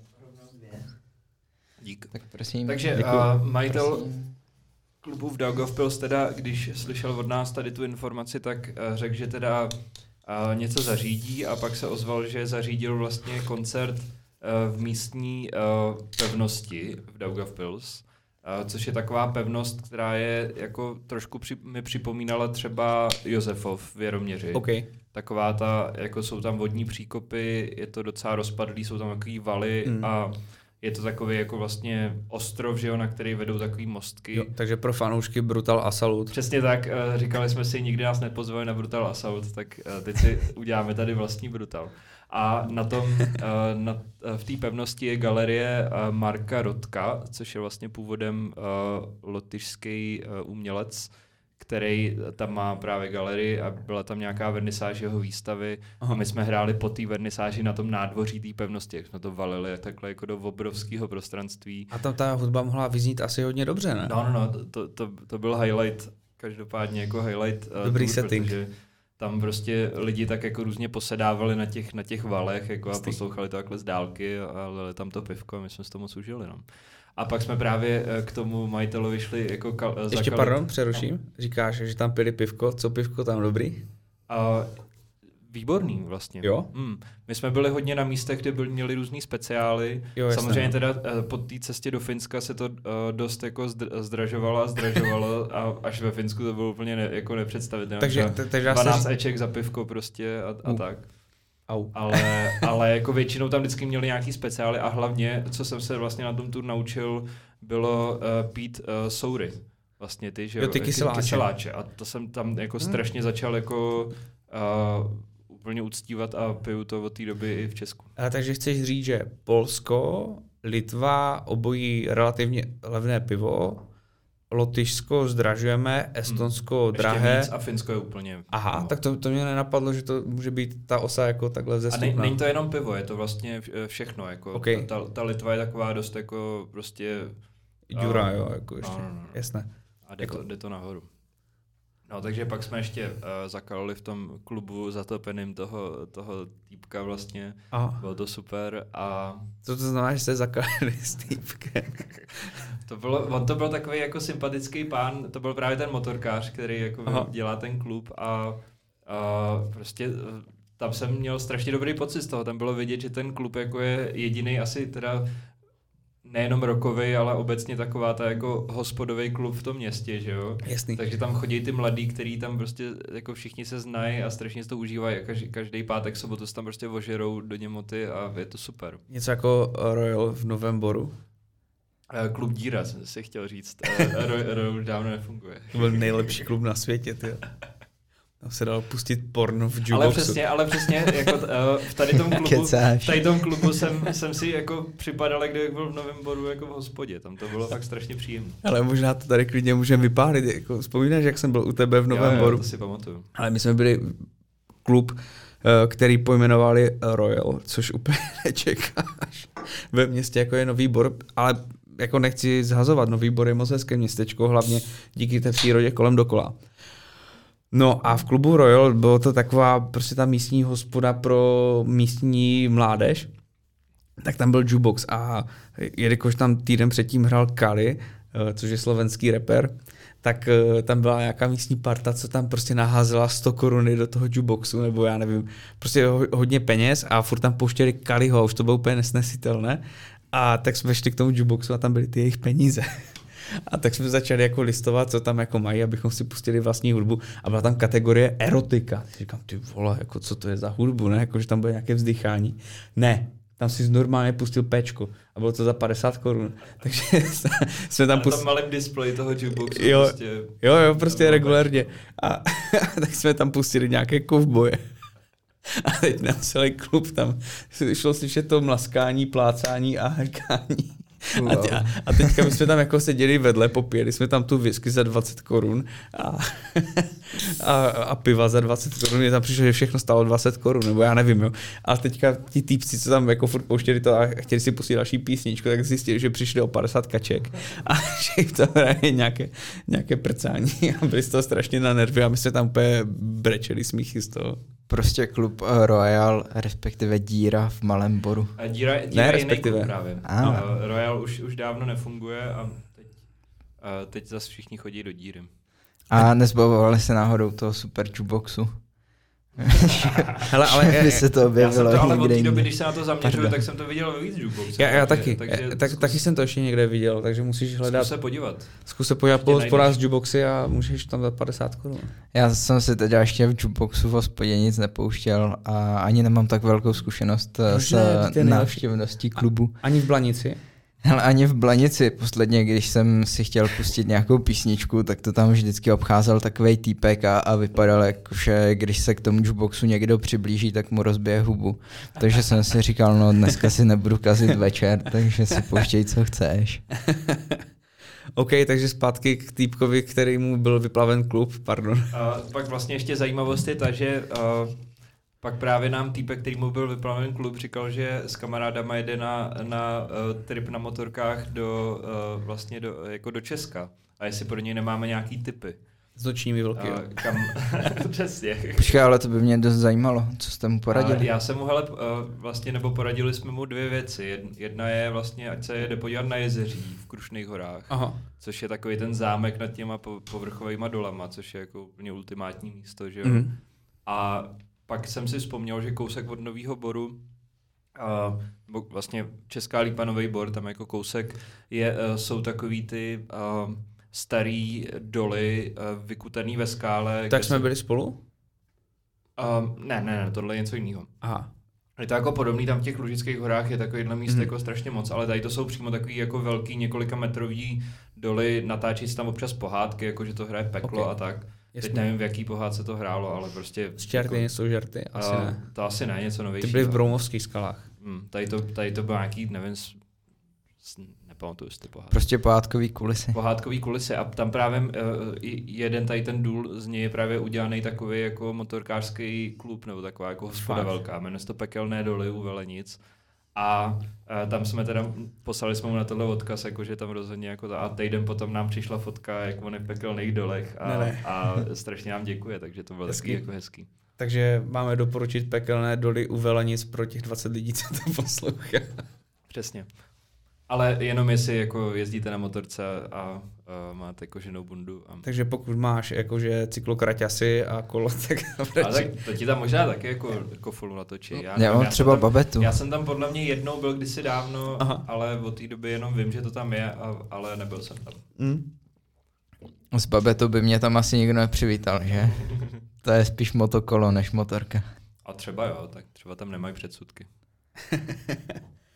Dík. Tak prosím. Takže uh, majitel prosím. Klubu v Daugavpils teda, když slyšel od nás tady tu informaci, tak uh, řekl, že teda uh, něco zařídí a pak se ozval, že zařídil vlastně koncert uh, v místní uh, pevnosti v Daugavpils, uh, což je taková pevnost, která je jako trošku při, mi připomínala třeba Josefov v Jeroměři. Okay. Taková ta, jako jsou tam vodní příkopy, je to docela rozpadlý, jsou tam takový valy mm. a je to takový jako vlastně ostrov, že jo, na který vedou takový mostky. Jo, takže pro fanoušky Brutal Assault. Přesně tak, říkali jsme si, nikdy nás nepozvali na Brutal Assault, tak teď si uděláme tady vlastní Brutal. A na tom, na, v té pevnosti je galerie Marka Rotka, což je vlastně původem lotyšský umělec, který tam má právě galerii a byla tam nějaká vernisáž jeho výstavy. Aha. A my jsme hráli po té vernisáži na tom nádvoří té pevnosti, jak jsme to valili takhle jako do obrovského prostranství. A tam ta hudba mohla vyznít asi hodně dobře, ne? No, no, no, to, to, to byl highlight, každopádně jako highlight. Dobrý tour, setting. Protože tam prostě lidi tak jako různě posedávali na těch, na těch valech jako a poslouchali to takhle z dálky a lili tam to pivko a my jsme si to moc užili. No. A pak jsme právě k tomu majitelovi šli jako kal- Ještě zakalit. pardon, přeruším. Říkáš, že tam pili pivko. Co pivko tam dobrý? A výborný vlastně. Jo? Mm. My jsme byli hodně na místech, kde byli, měli různý speciály. Jo, samozřejmě teda po té cestě do Finska se to uh, dost jako zdr- zdražovalo a zdražovalo a až ve Finsku to bylo úplně ne, jako nepředstavitelné. Takže, t- takže dvanáct se... eček za pivko prostě a, a uh. tak. Au. Ale, ale jako většinou tam vždycky měli nějaký speciály a hlavně, co jsem se vlastně na tom tur naučil, bylo uh, pít uh, soury. Vlastně ty, že jo, ty kyseláče. kyseláče. A to jsem tam jako hmm. strašně začal jako uh, úplně uctívat a piju to od té doby i v Česku. A takže chceš říct, že Polsko, Litva obojí relativně levné pivo, Lotyšsko zdražujeme, Estonsko hmm. drahé. Víc a Finsko je úplně... Aha, no. Tak to, to mě nenapadlo, že to může být ta osa jako takhle vzestupná. A ne, není to jenom pivo, je to vlastně všechno. Jako okay. ta, ta Litva je taková dost jako prostě... Dura, uh, jo, jako ještě, no, no, no. jasné. A jde, jako... to, jde to nahoru. No, takže pak jsme ještě uh, zakalili v tom klubu zatopeným toho, toho týpka vlastně. Aha. Bylo to super a... Co to znamená, že jste zakalili s týpkem? to bylo, on to byl takový jako sympatický pán, to byl právě ten motorkář, který jako Aha. dělá ten klub a, a prostě tam jsem měl strašně dobrý pocit z toho. Tam bylo vidět, že ten klub jako je jediný asi teda nejenom rockovej, ale obecně taková ta jako hospodový klub v tom městě, že jo? Jasný. Takže tam chodí ty mladí, který tam prostě jako všichni se znají a strašně se to užívají. Každý, každý pátek, sobotu se tam prostě ožerou do němoty a je to super. Něco jako Royal v Novemboru? Uh, klub Díra jsem si chtěl říct. Uh, Royal Ro- už dávno nefunguje. To byl nejlepší klub na světě, ty. Tam se dalo pustit porno v jukeboxu. Ale přesně, ale přesně, jako uh, v tady tom klubu, v tady tom klubu jsem, jsem si jako připadal, jak kdybych byl v Novém Boru jako v hospodě. Tam to bylo fakt strašně příjemné. Ale možná to tady klidně můžeme vypálit. Jako, vzpomínáš, jak jsem byl u tebe v Novém jo, Boru? Jo, to si pamatuju. Ale my jsme byli klub, který pojmenovali Royal, což úplně nečekáš. Ve městě jako je Nový Bor, ale jako nechci zhazovat, Nový Bor je moc hezké městečko, hlavně díky té přírodě kolem dokola. No a v klubu Royal bylo to taková prostě ta místní hospoda pro místní mládež, tak tam byl jukebox a jelikož tam týden předtím hrál Kali, což je slovenský rapper, tak tam byla nějaká místní parta, co tam prostě naházela sto koruny do toho jukeboxu, nebo já nevím, prostě hodně peněz a furt tam pouštěli Kaliho, už to bylo úplně nesnesitelné. A tak jsme šli k tomu jukeboxu a tam byly ty jejich peníze. A tak jsme začali jako listovat, co tam jako mají, abychom si pustili vlastní hudbu. A byla tam kategorie erotika. Říkám, ty vole, jako co to je za hudbu, ne? Jako, že tam bylo nějaké vzdychání. Ne, tam si normálně pustil péčko. A bylo to za padesát korun. Takže jsme tam pustili... tam malém displeji toho jukeboxu. Jo, prostě, jo, jo, prostě regulérně. A, a tak jsme tam pustili nějaké kovboje. A teď na celý klub tam šlo slyšet to mlaskání, plácání a hrkání. A, tě, a, a teďka my jsme tam jako seděli vedle, popíjeli jsme tam tu whisky za dvacet korun a, a, a piva za dvacet korun. Mně tam přišlo, že všechno stálo dvacet korun, nebo já nevím, jo. A teďka ti týpci, co tam jako furt pouštěli to a chtěli si pustit další písničku, tak zjistili, že přišli o padesát kaček a že jim to hraje nějaké, nějaké prcání a byli z toho strašně na nervy a my jsme tam úplně brečeli smíchy z toho. Prostě klub Royal, respektive Díra v Malém Boru. A Díra, díra ne, je respektive. jiný klub právě. Ah. Uh, Royal už, už dávno nefunguje a teď, uh, teď zase všichni chodí do Díry. A nezbavovali se náhodou toho super jukeboxu. Hele, ale by se to objevilo. Já jsem to ale od té jinde. doby, když se na to zaměřuju, Pardon. tak jsem to viděl ve víc jukeboxech. já, já takže, taky, takže já, tak, zkus, taky jsem to ještě někde viděl, takže musíš hledat. Zkus se podívat. Zkus se podívat po Ještě hospodách najdeš. z jukeboxy a můžeš tam dát padesát korun. Já jsem si teď ještě v jukeboxu v hospodě nic nepouštěl a ani nemám tak velkou zkušenost Proč s ne? Vždyť je nejlepší. návštěvností klubu. Ani v Blanici. Hele, ani v Blanici posledně, když jsem si chtěl pustit nějakou písničku, tak to tam vždycky obcházel takovej týpek a, a vypadal jako, že když se k tomu jukeboxu někdo přiblíží, tak mu rozbije hubu. Takže jsem si říkal, no dneska si nebudu kazit večer, takže si pouštěj, co chceš. OK, takže zpátky k týpkovi, který mu byl vyplaven klub, pardon. A pak vlastně ještě zajímavost je ta, že uh, pak právě nám týpek, který mu byl vyplaven klub, říkal, že s kamarádama jede na, na uh, trip na motorkách do, uh, vlastně do, jako do Česka. A jestli pro něj nemáme nějaký tipy. S nočními vlky. Uh, kam... Přesně. Počkej, ale to by mě dost zajímalo, co jste mu A poradili. já jsem mu, hele, uh, vlastně, nebo poradili jsme mu dvě věci. Jedna je vlastně, ať se jede podívat na Jezeří v Krušných horách. Aha. Což je takový ten zámek nad těma povrchovými dolama, což je jako úplně ultimátní místo, že jo. Mhm. A pak jsem si vzpomněl, že kousek od Nového Boru, uh, nebo vlastně Česká Lípa, Nový Bor, tam jako kousek, je, uh, jsou takový ty uh, starý doly uh, vykutaný ve skále. Tak jsme se... byli spolu? Uh, ne, ne, ne, tohle je něco jiného. Aha. Je to jako podobný, tam v těch Lužických horách je takovýhle míst Mhm. jako strašně moc, ale tady to jsou přímo takový jako velký několika metrový doly, natáčí se tam občas pohádky, jako že to hraje peklo Ok. a tak. Jasně. Teď nevím, v jaký pohádce to hrálo, ale prostě... Z čerty jako, nejsou žerty? Asi a, ne. To asi ne, něco Ty novějšího. byli v Broumovských skalách. Hmm, tady, to, tady to bylo nějaký, nevím, s, s, nepamatuju si ty pohádky. Prostě pohádkový kulisy. Pohádkový kulisy a tam právě uh, jeden tady ten důl z něj je právě udělaný takový jako motorkářský klub nebo taková jako hospoda Fakt. velká, jmenuje se to Pekelné doly u Velenic. A uh, tam jsme teda, poslali jsme mu na tohle odkaz, jakože tam rozhodně jako to, a týden potom nám přišla fotka, jak on je v pekelných dolech a, Ne, ne. a strašně nám děkuje, takže to bylo Hezký. taky jako hezký. Takže máme doporučit Pekelné doly u Velenic pro těch dvacet lidí, co to poslouchá. Přesně. Ale jenom jestli jako jezdíte na motorce a, a máte koženou bundu. A... Takže pokud máš jakože cyklokraťasy a kolo, tak Ale tak to ti tam možná taky jako, jako folu natočí. Já, Já nevím, mám jsem třeba tam, babetu. Já jsem tam podle mě jednou byl kdysi dávno, Aha. ale od té doby jenom vím, že to tam je, a, ale nebyl jsem tam. Mm. S babetou by mě tam asi nikdo nepřivítal, že? To je spíš motokolo než motorka. A třeba jo, tak třeba tam nemají předsudky.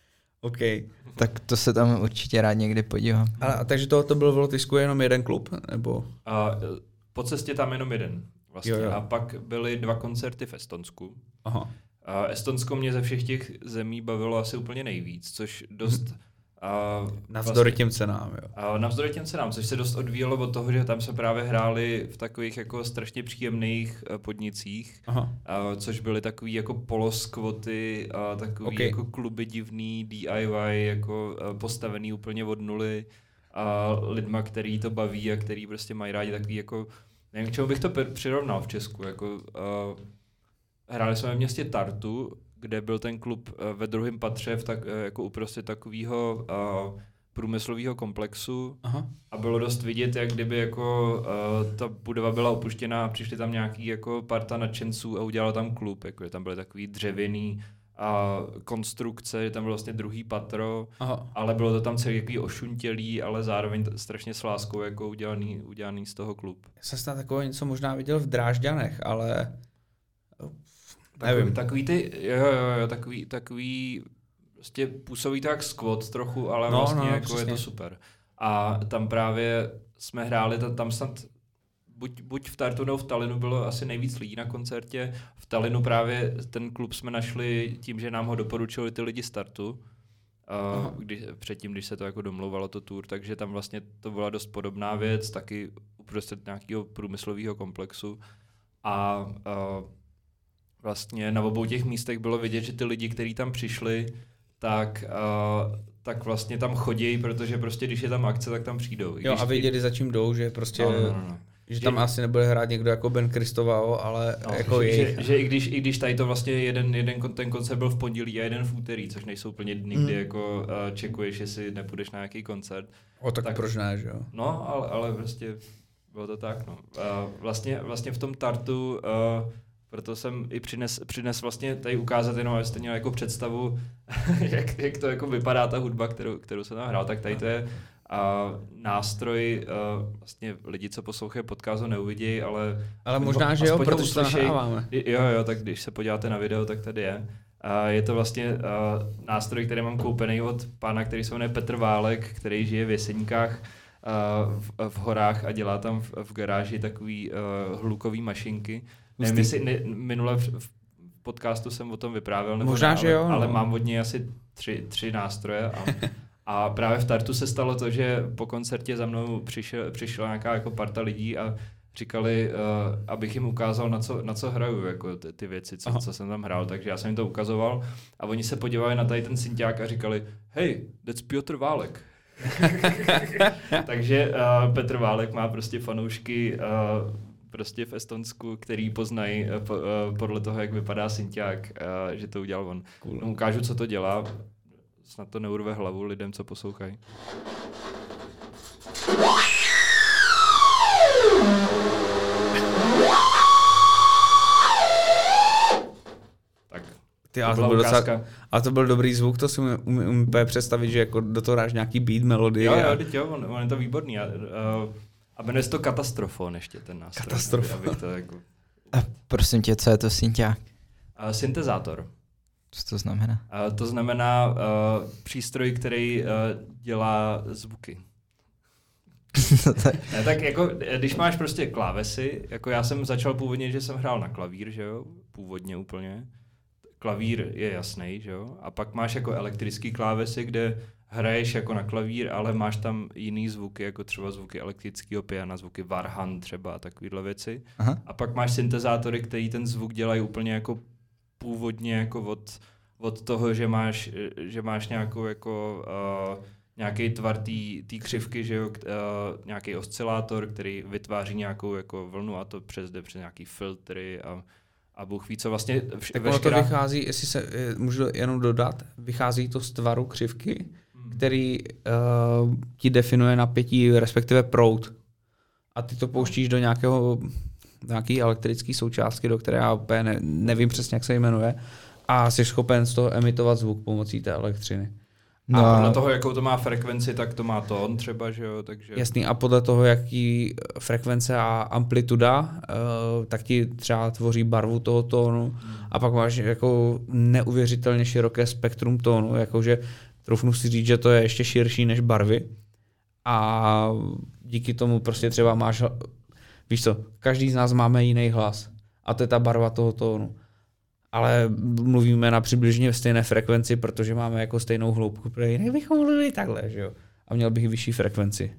OK. Tak to se tam určitě rád někdy podívám. Ale, a takže to, to byl v Lotyšsku jenom jeden klub? Nebo? A po cestě tam jenom jeden. Vlastně. Jo, jo. A pak byly dva koncerty v Estonsku. Aha. A Estonsko mě ze všech těch zemí bavilo asi úplně nejvíc, což dost... A navzdory vlastně, těm cenám, jo. A navzdory těm cenám, což se dost odvíjelo od toho, že tam se právě hráli v takových jako strašně příjemných podnicích, Aha. A, což byly takový jako poloskvoty a takový Okay. jako kluby divný, D I Y, jako postavený úplně od nuly a lidma, který to baví a který prostě mají rádi takový jako, nevím, k čemu bych to přirovnal v Česku, jako a, hráli jsme ve městě Tartu, kde byl ten klub ve druhém patře v tak, jako uprostřed takového průmyslového komplexu. Aha. A bylo dost vidět, jak kdyby jako uh, ta budova byla opuštěná a přišli tam nějaký jako parta nadšenců a udělala tam klub, jako tam byly takový dřevěný a konstrukce, tam bylo vlastně druhý patro, aha, ale bylo to tam celý jaký ošuntělý, ale zároveň t- strašně s láskou jako udělaný, udělaný z toho klub. Já jsem snad takové něco možná viděl v Drážďanech, ale Takový, nevím. Takový ty, jo, jo, jo, takový, takový, prostě působí to jak squat trochu, ale no, vlastně no, jako přesně. je to super. A tam právě jsme hráli, tam snad, buď, buď v Tartu nebo v Tallinnu bylo asi nejvíc lidí na koncertě. V Tallinnu právě ten klub jsme našli tím, že nám ho doporučili ty lidi z Tartu, uh, když, předtím, když se to jako domlouvalo to tour, takže tam vlastně to byla dost podobná věc, taky uprostřed nějakého průmyslového komplexu. A uh, vlastně na obou těch místech bylo vidět, že ty lidi, kteří tam přišli, tak, uh, tak vlastně tam chodí, protože prostě když je tam akce, tak tam přijdou. Jo, a věděli, za čím jdou, že prostě, no, no, no, no. že tam že, asi nebude hrát někdo jako Ben Kristovao, ale no, jako že, jejich. Že, že i, když, i když tady to vlastně jeden, jeden ten koncert byl v pondělí a jeden v úterý, což nejsou úplně dny, kdy mm. jako uh, čekuješ, jestli nepůjdeš na nějaký koncert. O, tak, tak proč ne, že jo? No, ale, ale prostě bylo to tak, no. Uh, vlastně, vlastně v tom Tartu uh, proto jsem i přines, přines vlastně tady ukázat jenom, abyste měli jako představu, jak, jak to jako vypadá ta hudba, kterou, kterou jsem tam hrál, tak tady to je a, nástroj, a, vlastně lidi, co poslouchají podcast, ho neuvidí, ale... Ale možná, že jo, protože to nahráváme. Jo, jo, tak když se podíváte na video, tak tady je. A je to vlastně a, nástroj, který mám koupený od pána, který se jmenuje Petr Válek, který žije v Jeseníkách, v, v horách a dělá tam v, v garáži takový uh, hlukový mašinky. Nevím, jestli ne, minule v, v podcastu jsem o tom vyprávěl, nebo možná, ne, že jo, ale, no. ale mám od něj asi tři, tři nástroje a, a právě v Tartu se stalo to, že po koncertě za mnou přišel, přišla nějaká jako parta lidí a říkali, uh, abych jim ukázal, na co, na co hraju, jako ty, ty věci, co, co jsem tam hrál, takže já jsem jim to ukazoval a oni se podívali na tady ten synťák a říkali, hej, that's Piotr Válek. Takže uh, Petr Válek má prostě fanoušky uh, prostě v Estonsku, který poznají uh, po, uh, podle toho, jak vypadá synťák, uh, že to udělal on. Cool. No, ukážu, co to dělá, snad to neurve hlavu lidem, co poslouchají. Ty, ale, to byl docela, ale to byl dobrý zvuk, to si umím, umím, umím představit, že jako do toho dáš nějaký beat, melodii. Jo, jo, a... teď jo, on, on je to výborný. A, uh, a jmenuje se to Katastrofon ještě ten nástroj. Katastrofon. Abych to jako... A prosím tě, co je to synťák? Uh, syntezátor. Co to znamená? Uh, to znamená uh, přístroj, který uh, dělá zvuky. Ne, tak jako, když máš prostě klávesy, jako já jsem začal původně, že jsem hrál na klavír, že jo, původně úplně. Klavír je jasný, že jo, a pak máš jako elektrický klávesy, kde hraješ jako na klavír, ale máš tam jiný zvuky, jako třeba zvuky elektrického piana, zvuky varhan třeba a takovýhle věci. Aha. A pak máš syntezátory, který ten zvuk dělají úplně jako původně jako od, od toho, že máš, že máš nějakou jako uh, nějaký tvar té křivky, že jo, uh, nějaký oscilátor, který vytváří nějakou jako vlnu a to přes jde přes nějaký filtry a a Bůh ví, co vlastně vš- tak veškerá... ono to vychází, jestli se můžu jenom dodat, vychází to z tvaru křivky, hmm. který uh, ti definuje napětí, respektive proud. A ty to pouštíš do nějakého nějaký elektrický součástky, do které já úplně ne, nevím přesně, jak se jmenuje, a jsi schopen z toho emitovat zvuk pomocí té elektřiny. No. A podle toho, jakou to má frekvenci, tak to má tón třeba, že jo, takže... Jasný, a podle toho, jaký frekvence a amplituda, uh, tak ti třeba tvoří barvu toho tónu hmm. a pak máš jako neuvěřitelně široké spektrum tónu, jakože troufnu si říct, že to je ještě širší než barvy a díky tomu prostě třeba máš, víš co, každý z nás máme jiný hlas a to je ta barva toho tónu. Ale mluvíme na přibližně stejné frekvenci, protože máme jako stejnou hloubku, protože jinak bychom mluvili takhle, že jo. A měl bych vyšší frekvenci.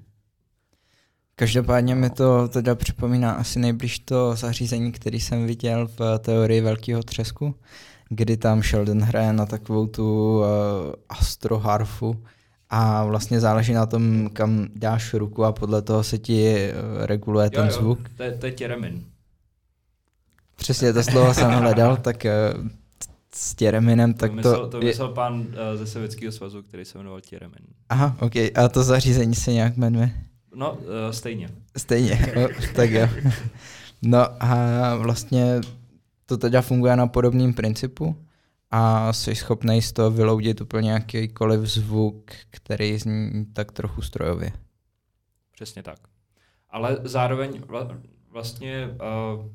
Každopádně mi to teda připomíná asi nejbliž to zařízení, který jsem viděl v teorii velkého třesku, kdy tam Sheldon hraje na takovou tu uh, astroharfu a vlastně záleží na tom, kam dáš ruku a podle toho se ti uh, reguluje jo, ten jo, zvuk. To je, to je těremin. Přesně, to slovo jsem hledal, tak uh, s těreminem, tak to... Myslel, to myslel je... pán uh, ze Sovětského svazu, který se jmenoval těremin. Aha, ok. A to zařízení se nějak jmenuje? No, uh, stejně. Stejně, no, tak jo. No a vlastně to teda funguje na podobném principu a jsi schopnej z toho vyloudit úplně jakýkoliv zvuk, který zní tak trochu strojově. Přesně tak. Ale zároveň vlastně uh,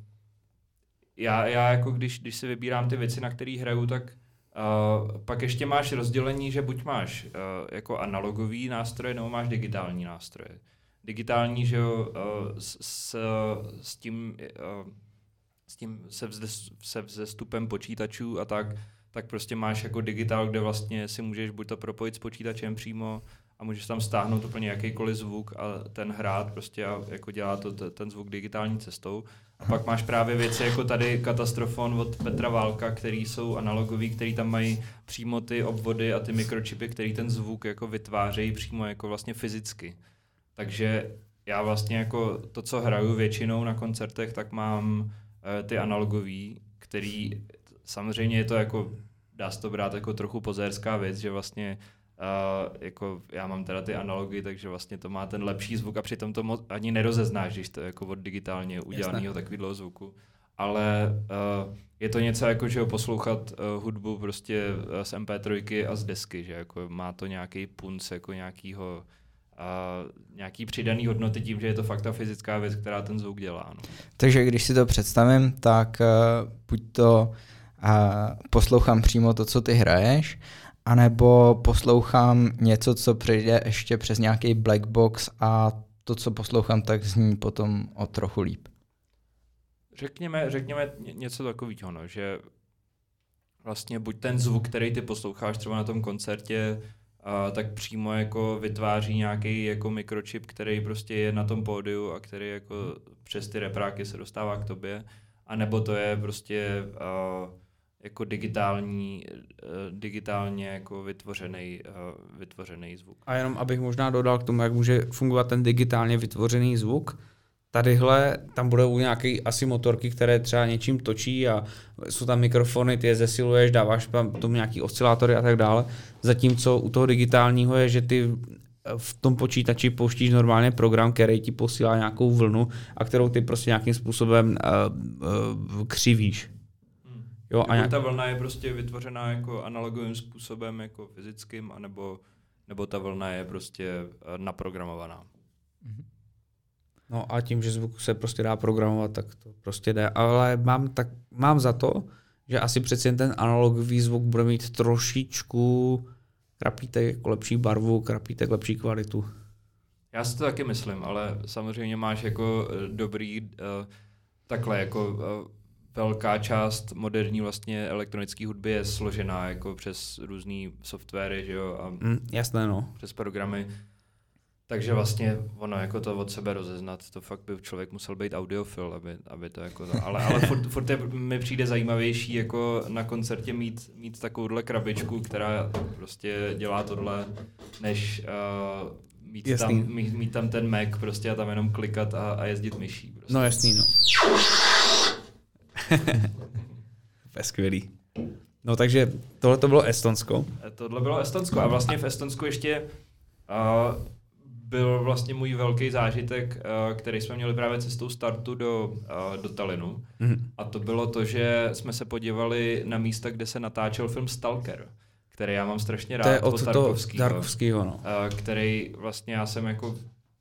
já, já jako když, když si vybírám ty věci, na které hraju, tak uh, pak ještě máš rozdělení, že buď máš uh, jako analogový nástroje, nebo máš digitální nástroje. Digitální, že jo, uh, s, s, s tím, uh, s tím se, vzdes, se vzestupem počítačů a tak, tak prostě máš jako digitál, kde vlastně si můžeš buď to propojit s počítačem přímo a můžeš tam stáhnout úplně jakýkoliv zvuk a ten hrát prostě a jako dělá to t- ten zvuk digitální cestou. A pak máš právě věci jako tady Katastrofon od Petra Válka, který jsou analogový, který tam mají přímo ty obvody a ty mikročipy, který ten zvuk jako vytvářejí přímo jako vlastně fyzicky. Takže já vlastně jako to, co hraju většinou na koncertech, tak mám uh, ty analogový, který samozřejmě je to jako, dá se to brát jako trochu pozérská věc, že vlastně uh, jako já mám teda ty analogy, takže vlastně to má ten lepší zvuk a přitom to mo- ani nerozeznáš, když to je jako od digitálně udělaného takového zvuku. Ale uh, je to něco jako, že ho poslouchat uh, hudbu prostě uh, z em pé tři a z desky, že jako má to nějaký punc jako nějakýho Uh, nějaký přidaný hodnoty tím, že je to fakt ta fyzická věc, která ten zvuk dělá. No. Takže když si to představím, tak uh, buď to uh, poslouchám přímo to, co ty hraješ, anebo poslouchám něco, co přijde ještě přes nějaký black box a to, co poslouchám, tak zní potom o trochu líp. Řekněme, řekněme něco takového, no, že vlastně buď ten zvuk, který ty posloucháš třeba na tom koncertě, Uh, tak přímo jako vytváří nějaký jako mikročip, který prostě je na tom pódiu a který jako přes ty repráky se dostává k tobě, a nebo to je prostě uh, jako digitální, uh, digitálně jako vytvořený, uh, vytvořený zvuk. A jenom abych možná dodal k tomu, jak může fungovat ten digitálně vytvořený zvuk, tadyhle tam budou nějaké asi motorky, které třeba něčím točí a jsou tam mikrofony, ty je zesiluješ, dáváš tam tomu nějaký oscilátory a tak dále. Zatímco u toho digitálního je, že ty v tom počítači pouštíš normálně program, který ti posílá nějakou vlnu a kterou ty prostě nějakým způsobem uh, uh, křivíš. Hmm. Jo, a nějak... ta vlna je prostě vytvořená jako analogovým způsobem, jako fyzickým, anebo, nebo ta vlna je prostě naprogramovaná. Hmm. No a tím, že zvuk se prostě dá programovat, tak to prostě jde. Ale mám, tak, mám za to, že asi přeci ten analogový zvuk bude mít trošičku krapítek jako lepší barvu, krapítek lepší kvalitu. Já si to taky myslím, ale samozřejmě máš jako dobrý, uh, takhle jako uh, velká část moderní vlastně elektronické hudby je složená jako přes různý softwary, že jo, a mm, jasné, no. přes programy. Takže vlastně ono jako to od sebe rozeznat, to fakt by člověk musel být audiofil, aby, aby to jako to, ale, ale furt, furt je, mi přijde zajímavější jako na koncertě mít, mít takovouhle krabičku, která prostě dělá tohle, než uh, mít, tam, mít, mít tam ten Mac prostě a tam jenom klikat a, a jezdit myší. Prostě. No jasný, no. To je skvělý. No takže tohle to bylo Estonsko. Tohle bylo Estonsko a vlastně v Estonsku ještě uh, byl vlastně můj velký zážitek, který jsme měli právě cestou startu do, do Tallinnu. Mm-hmm. A to bylo to, že jsme se podívali na místa, kde se natáčel film Stalker, který já mám strašně rád. To je od Tarkovského, no. Který vlastně já jsem jako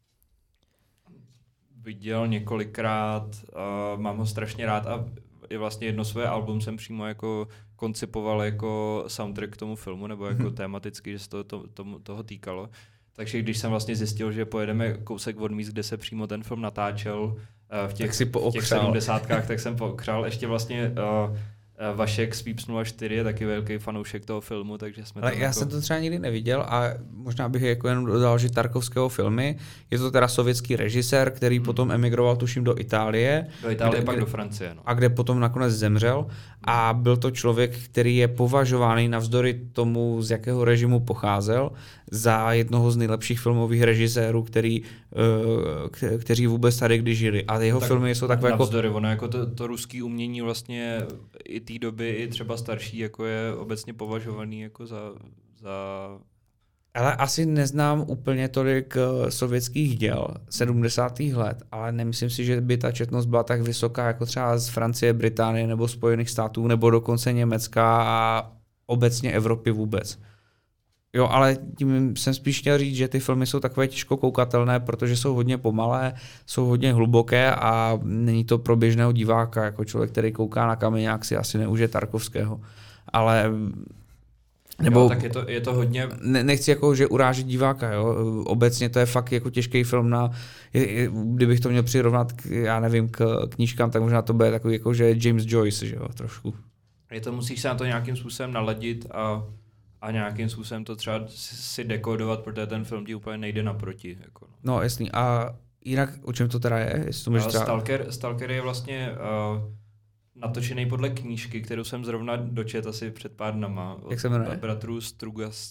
viděl několikrát, mám ho strašně rád a i vlastně jedno svoje album jsem přímo jako koncipoval jako soundtrack k tomu filmu, nebo jako mm-hmm. tematicky, že se to, to, tomu, toho týkalo. Takže když jsem vlastně zjistil, že pojedeme kousek od míst, kde se přímo ten film natáčel uh, v těch, v těch sedmdesátkách, tak jsem pookřál. Ještě vlastně uh, Vašek z Peeps nula čtyři je taky velký fanoušek toho filmu, takže jsme Ale tam já jako... jsem to třeba nikdy neviděl a možná bych jako jenom dodal, že Tarkovského filmy, je to teda sovětský režisér, který hmm. potom emigroval tuším do Itálie. Do Itálie, kde, pak kde, do Francie. No. A kde potom nakonec zemřel a byl to člověk, který je považovaný navzdory tomu, z jakého režimu pocházel, za jednoho z nejlepších filmových režisérů, který, uh, kteří vůbec tady kdy žili. A jeho tak filmy jsou takové jako... Navzdory, ono jako to, to ruský umění vlastně i té doby, i třeba starší, jako je obecně považovaný jako za... za... Ale asi neznám úplně tolik uh, sovětských děl sedmdesátých let, ale nemyslím si, že by ta četnost byla tak vysoká jako třeba z Francie, Británie nebo Spojených států, nebo dokonce Německa a obecně Evropy vůbec. Jo, ale tím jsem spíš chtěl říct, že ty filmy jsou takové těžko koukatelné, protože jsou hodně pomalé, jsou hodně hluboké a není to pro běžného diváka, jako člověk, který kouká na Kameňák, si asi neužije Tarkovského. Ale... Nebo jo, tak je to, je to hodně... Ne, nechci jako, že urážet diváka, jo. Obecně to je fakt jako těžký film na... Je, kdybych to měl přirovnat k, já nevím, k knížkám, tak možná to bude takový jako, že James Joyce, že jo, trošku. Je to, musíš se na to nějakým způsobem naladit a a nějakým způsobem to třeba si dekodovat, protože ten film ti úplně nejde naproti. Jako no. no jasný. A jinak o čem to teda je? Jestli to můžeš třeba... Stalker, Stalker je vlastně uh, natočený podle knížky, kterou jsem zrovna dočet asi před pár dnama. Jak se jmenuje? Od bratrů Strugas,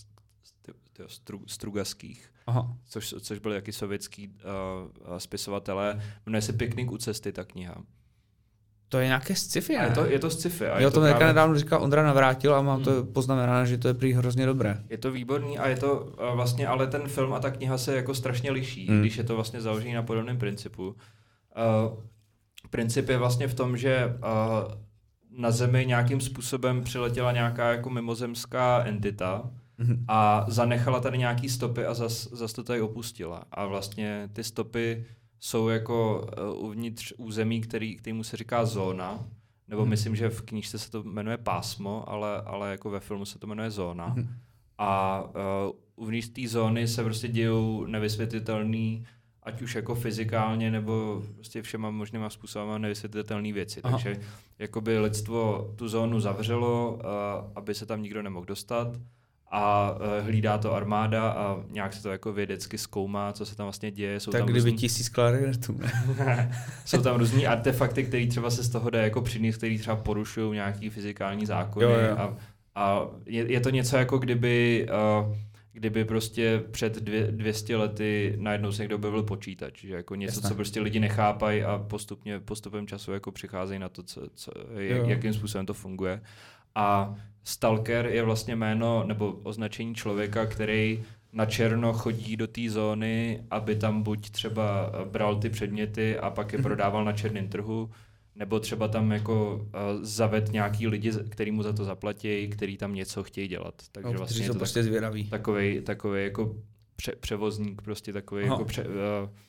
Stru, Strugaských, Aha. Což, což byli jaký sovětský uh, spisovatelé. Jmenuje se Piknik u cesty, ta kniha. To je nějaké sci-fi, ne? Je to, je to sci-fi. A jo, to mi právě... nedávno říkal Ondra Navrátil a mám hmm. to poznamenané, že to je prý hrozně dobré. Je to výborný a je to uh, vlastně, ale ten film a ta kniha se jako strašně liší, hmm. když je to vlastně založený na podobném principu. Uh, princip je vlastně v tom, že uh, na Zemi nějakým způsobem přiletěla nějaká jako mimozemská entita hmm. a zanechala tady nějaký stopy a zas, zas to tady opustila. A vlastně ty stopy jsou jako uh, uvnitř území, který, kterýmu se říká zóna, nebo hmm. myslím, že v knížce se to jmenuje pásmo, ale, ale jako ve filmu se to jmenuje zóna. Hmm. A uh, uvnitř té zóny se prostě dějou nevysvětlitelné, ať už jako fyzikálně, nebo prostě všema možnýma způsobama nevysvětlitelné věci. Aha. Takže jakoby lidstvo tu zónu zavřelo, uh, aby se tam nikdo nemohl dostat, a uh, hlídá to armáda a nějak se to jako vědecky zkoumá, co se tam vlastně děje. Jsou tak tam kdyby různý... tisíc klarinetů. Jsou tam různý artefakty, které třeba se z toho jde jako přinést, které třeba porušují nějaký fyzikální zákony. Jo, jo. A, a je, je to něco jako kdyby, uh, kdyby prostě před dvě, dvě stě lety najednou se někdo objevil počítač. Že jako něco, Jasne. co prostě lidi nechápají a postupně, postupem času jako přicházejí na to, co, co, jak, jakým způsobem to funguje. A Stalker je vlastně jméno nebo označení člověka, který na černo chodí do té zóny, aby tam buď třeba bral ty předměty a pak je prodával na černém trhu, nebo třeba tam jako uh, zaved nějaký lidi, který mu za to zaplatí, který tam něco chtějí dělat. Takže no, vlastně je to prostě zvědaví. Takovej, takovej jako pře- převozník, prostě takový jako pře- uh,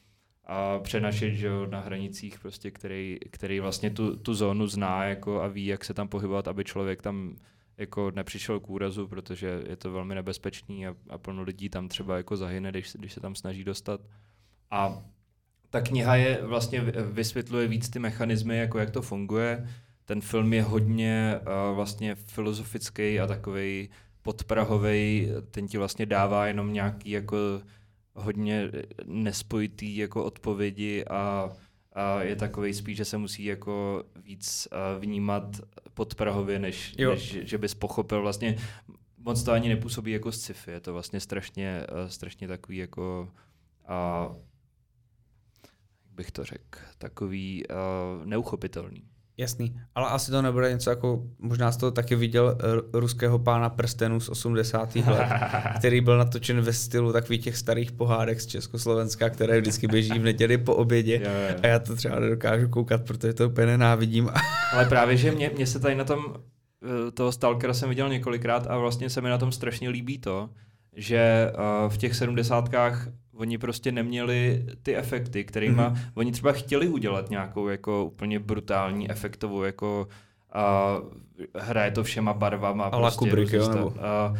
a přenašet, že jo, na hranicích, prostě, který, který vlastně tu, tu zónu zná jako a ví, jak se tam pohybovat, aby člověk tam jako nepřišel k úrazu, protože je to velmi nebezpečný a, a plno lidí tam třeba jako zahyne, když, když se tam snaží dostat. A ta kniha je vlastně vysvětluje víc ty mechanismy, jako jak to funguje. Ten film je hodně uh, vlastně filozofický a takovej podprahovej, ten ti vlastně dává jenom nějaký jako hodně nespojitý jako odpovědi a, a je takovej spíš, že se musí jako víc uh, vnímat podprahově, než, než že bys pochopil vlastně. Moc to ani nepůsobí jako sci-fi, je to vlastně strašně, uh, strašně takový jako uh, jak bych to řekl, takový uh, neuchopitelný. Jasný, ale asi to nebude něco jako, možná jsi to taky viděl r- ruského pána prstenů z osmdesátých let, který byl natočen ve stylu takových těch starých pohádek z Československa, které vždycky běží v neděli po obědě jo, jo. a já to třeba nedokážu koukat, protože to úplně nenávidím. Ale právě, že mě, mě se tady na tom, toho Stalkera jsem viděl několikrát a vlastně se mi na tom strašně líbí to, že uh, v těch sedmdesátkách oni prostě neměli ty efekty, kterýma mm-hmm. oni třeba chtěli udělat nějakou jako úplně brutální efektovou jako Uh, hraje to všema barvama. A prostě Kubrick, jo? Nebo? Uh,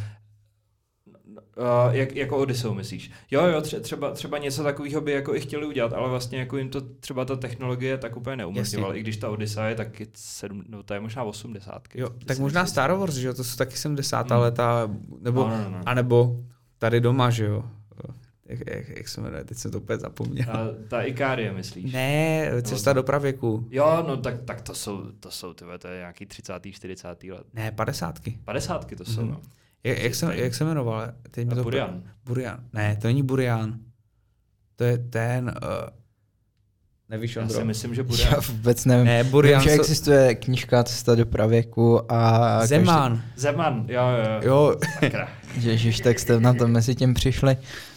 Uh, jak, jako Odysseu myslíš? Jo, jo, tře- třeba, třeba něco takového by jako i chtěli udělat, ale vlastně jako jim to třeba ta technologie tak úplně neumožňovala, i když ta Odyssea je taky sedm, no to je možná osmdesátky. Jo, tak možná Star Wars, že jo, to jsou taky sedmdesátá hmm. leta, nebo, no, no, no. anebo tady doma, že jo. Jak, jak, jak se jmenuje, teď jsem to opět zapomněl. A ta Ikárie, myslíš? Ne, Cesta do pravěku. Jo, no tak, tak to jsou, to jsou, tyhle, to je nějaký třicátý, čtyřicátý let. Ne, padesátky. padesátky to jsou, mm. no. Jak, jak, se, jak se jmenoval? Teď to Burian. Burian. Ne, to není Burian. To je ten... Uh, nevíš, Já Ondro? si myslím, že Burian. Já vůbec nevím. Ne, Burian. Vím, že so... existuje knížka Cesta do pravěku a... Zeman. Každý... Zeman, jo, jo. Jo. Ježiš, tak jste na to mezi tím přišli.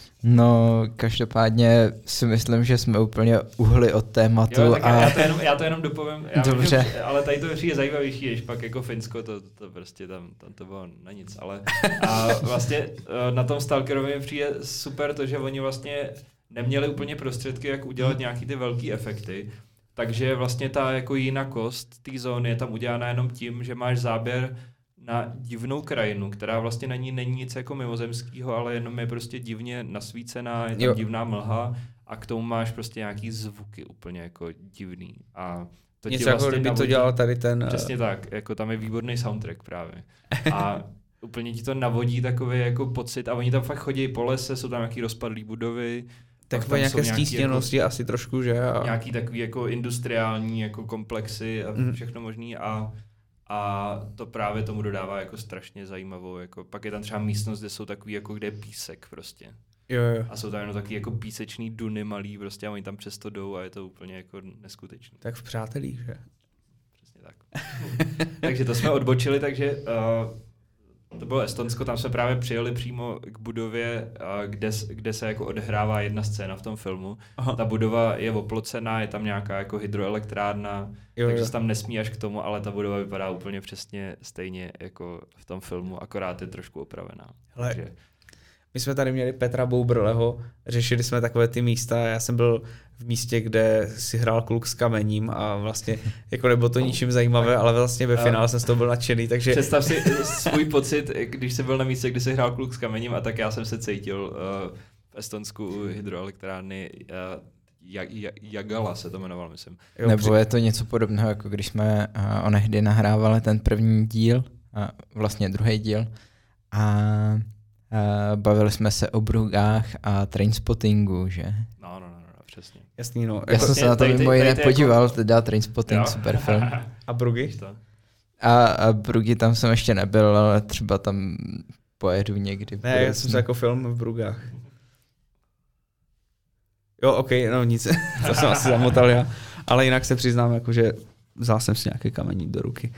No, každopádně si myslím, že jsme úplně uhli od tématu. Jo, tak a... já, to jenom, já to jenom dopovím. Já Dobře. Můžu, ale tady to je zajímavější, než pak jako Finsko, to, to prostě tam, tam to bylo na nic. Ale a vlastně na tom Stalkerovi přijde super to, že oni vlastně neměli úplně prostředky, jak udělat nějaký ty velký efekty. Takže vlastně ta jako jinakost té zóny je tam udělána jenom tím, že máš záběr na divnou krajinu, která vlastně na ní není nic jako mimozemského, ale jenom je prostě divně nasvícená, je tam jo. divná mlha a k tomu máš prostě nějaký zvuky úplně jako divný. A to něco ti vlastně jako kdyby navodí, to dělal tady ten... Přesně tak, jako tam je výborný soundtrack právě. A úplně ti to navodí takový jako pocit a oni tam fakt chodí po lese, jsou tam nějaký rozpadlý budovy. Tak nějaké stístěnosti jako, asi trošku, že? A... Nějaký takový jako industriální jako komplexy a mm. všechno možný a A to právě tomu dodává jako strašně zajímavou, jako pak je tam třeba místnost, kde jsou takový jako kde je písek prostě. Jo, jo. A jsou tam jenom takový jako písečný duny malý prostě a oni tam přesto jdou a je to úplně jako neskutečný. Tak v Přátelích, že? Přesně tak. Takže to jsme odbočili, takže uh, to bylo Estonsko, tam jsme právě přijeli přímo k budově, uh, kde, kde se jako odehrává jedna scéna v tom filmu. Aha. Ta budova je oplocená, je tam nějaká jako hydroelektrárna, jo, takže jo. se tam nesmí až k tomu, ale ta budova vypadá úplně přesně stejně jako v tom filmu, akorát je trošku opravená. Hele, takže... my jsme tady měli Petra Boubrleho, řešili jsme takové ty místa, já jsem byl v místě, kde si hrál kluk s kamením a vlastně jako nebylo to ničím zajímavé, ale vlastně ve finále jsem z toho byl nadšený, takže... Představ si svůj pocit, když jsi byl na místě, kde si hrál kluk s kamením a tak já jsem se cítil uh, v Estonsku u hydroelektrárny uh, Jagala se to jmenoval, myslím. Jo, Nebo je to něco podobného, jako když jsme uh, onehdy nahrávali ten první díl, uh, vlastně druhý díl a uh, bavili jsme se o Brugách a Trainspottingu, že? No, no, no, no přesně. Jasný, no. Já jsem se na to mimo jiné podíval, teda Trainspotting, super film. A Brugy? A, a Brugy tam jsem ještě nebyl, ale třeba tam pojedu někdy. Ne, já jsem se jako film v Brugách. Jo, ok, no nic, to jsem asi zamotal já. Ale jinak se přiznám, jako, že vzal jsem si nějaké kamení do ruky.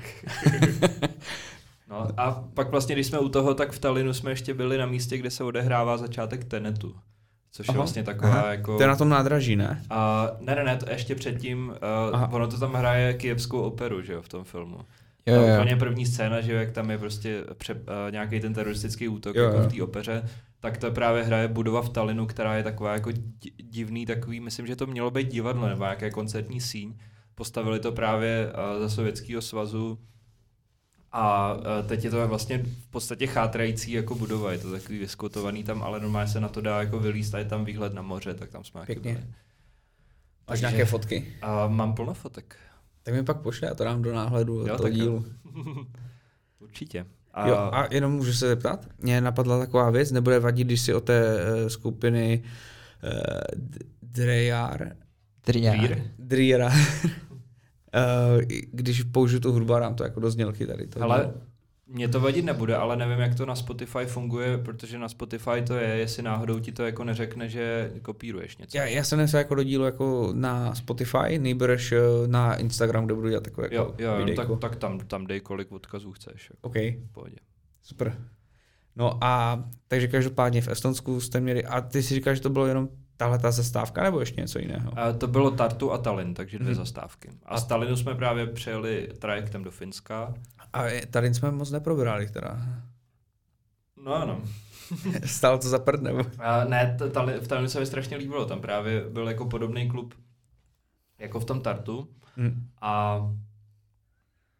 No a pak vlastně, když jsme u toho, tak v Tallinnu jsme ještě byli na místě, kde se odehrává začátek Tenetu. Což Aha. je vlastně taková Aha. jako... To je na tom nádraží, ne? Uh, ne, ne, ne, to ještě předtím, uh, ono to tam hraje Kyjevskou operu, že jo, v tom filmu. Jo, jo. Úplně první scéna, že jo, jak tam je prostě pře, uh, nějaký ten teroristický útok jo, jako jo. v té opeře, tak to právě hraje budova v Tallinnu, která je taková jako divný takový, myslím, že to mělo být divadlo nebo nějaké koncertní síň. Postavili to právě uh, za Sovětského svazu a uh, teď je to vlastně v podstatě chátrající jako budova, je to takový vyskotovaný tam, ale normálně se na to dá jako vylíst a je tam výhled na moře, tak tam jsme nějaký byli. Máš Takže, nějaké fotky? Uh, mám plno fotek. Tak mi pak pošle, já to dám do náhledu jo, od toho dílu. Určitě. A... Jo, a jenom můžu se zeptat, mě napadla taková věc, nebude vadit, když si o té uh, skupiny uh, Drejar, Drejar, Drejar, uh, když použiju tu hudbu, dám to jako do znělky tady. To ale mě to vadit nebude, ale nevím, jak to na Spotify funguje, protože na Spotify to je, jestli náhodou ti to jako neřekne, že kopíruješ něco. Já, já se nesl jako do dílu jako na Spotify, nejbrž na Instagram, kde budu dělat takové jako jo, jo, tak, tak tam, tam dej, kolik odkazů chceš. Jako OK. V pohodě. Super. No a takže každopádně v Estonsku jste měli, a ty si říkáš, že to bylo jenom tahle ta zastávka, nebo ještě něco jiného? A to bylo Tartu a Tallinn, takže dvě hmm. zastávky. A a z Tallinnu jsme právě přijeli trajektem do Finska. A tady jsme moc neprobrali teda. No ano. Stalo to za prd, nebo? A ne, tali, v Tallinnu se mi strašně líbilo, tam právě byl jako podobný klub jako v tom Tartu. Hmm. A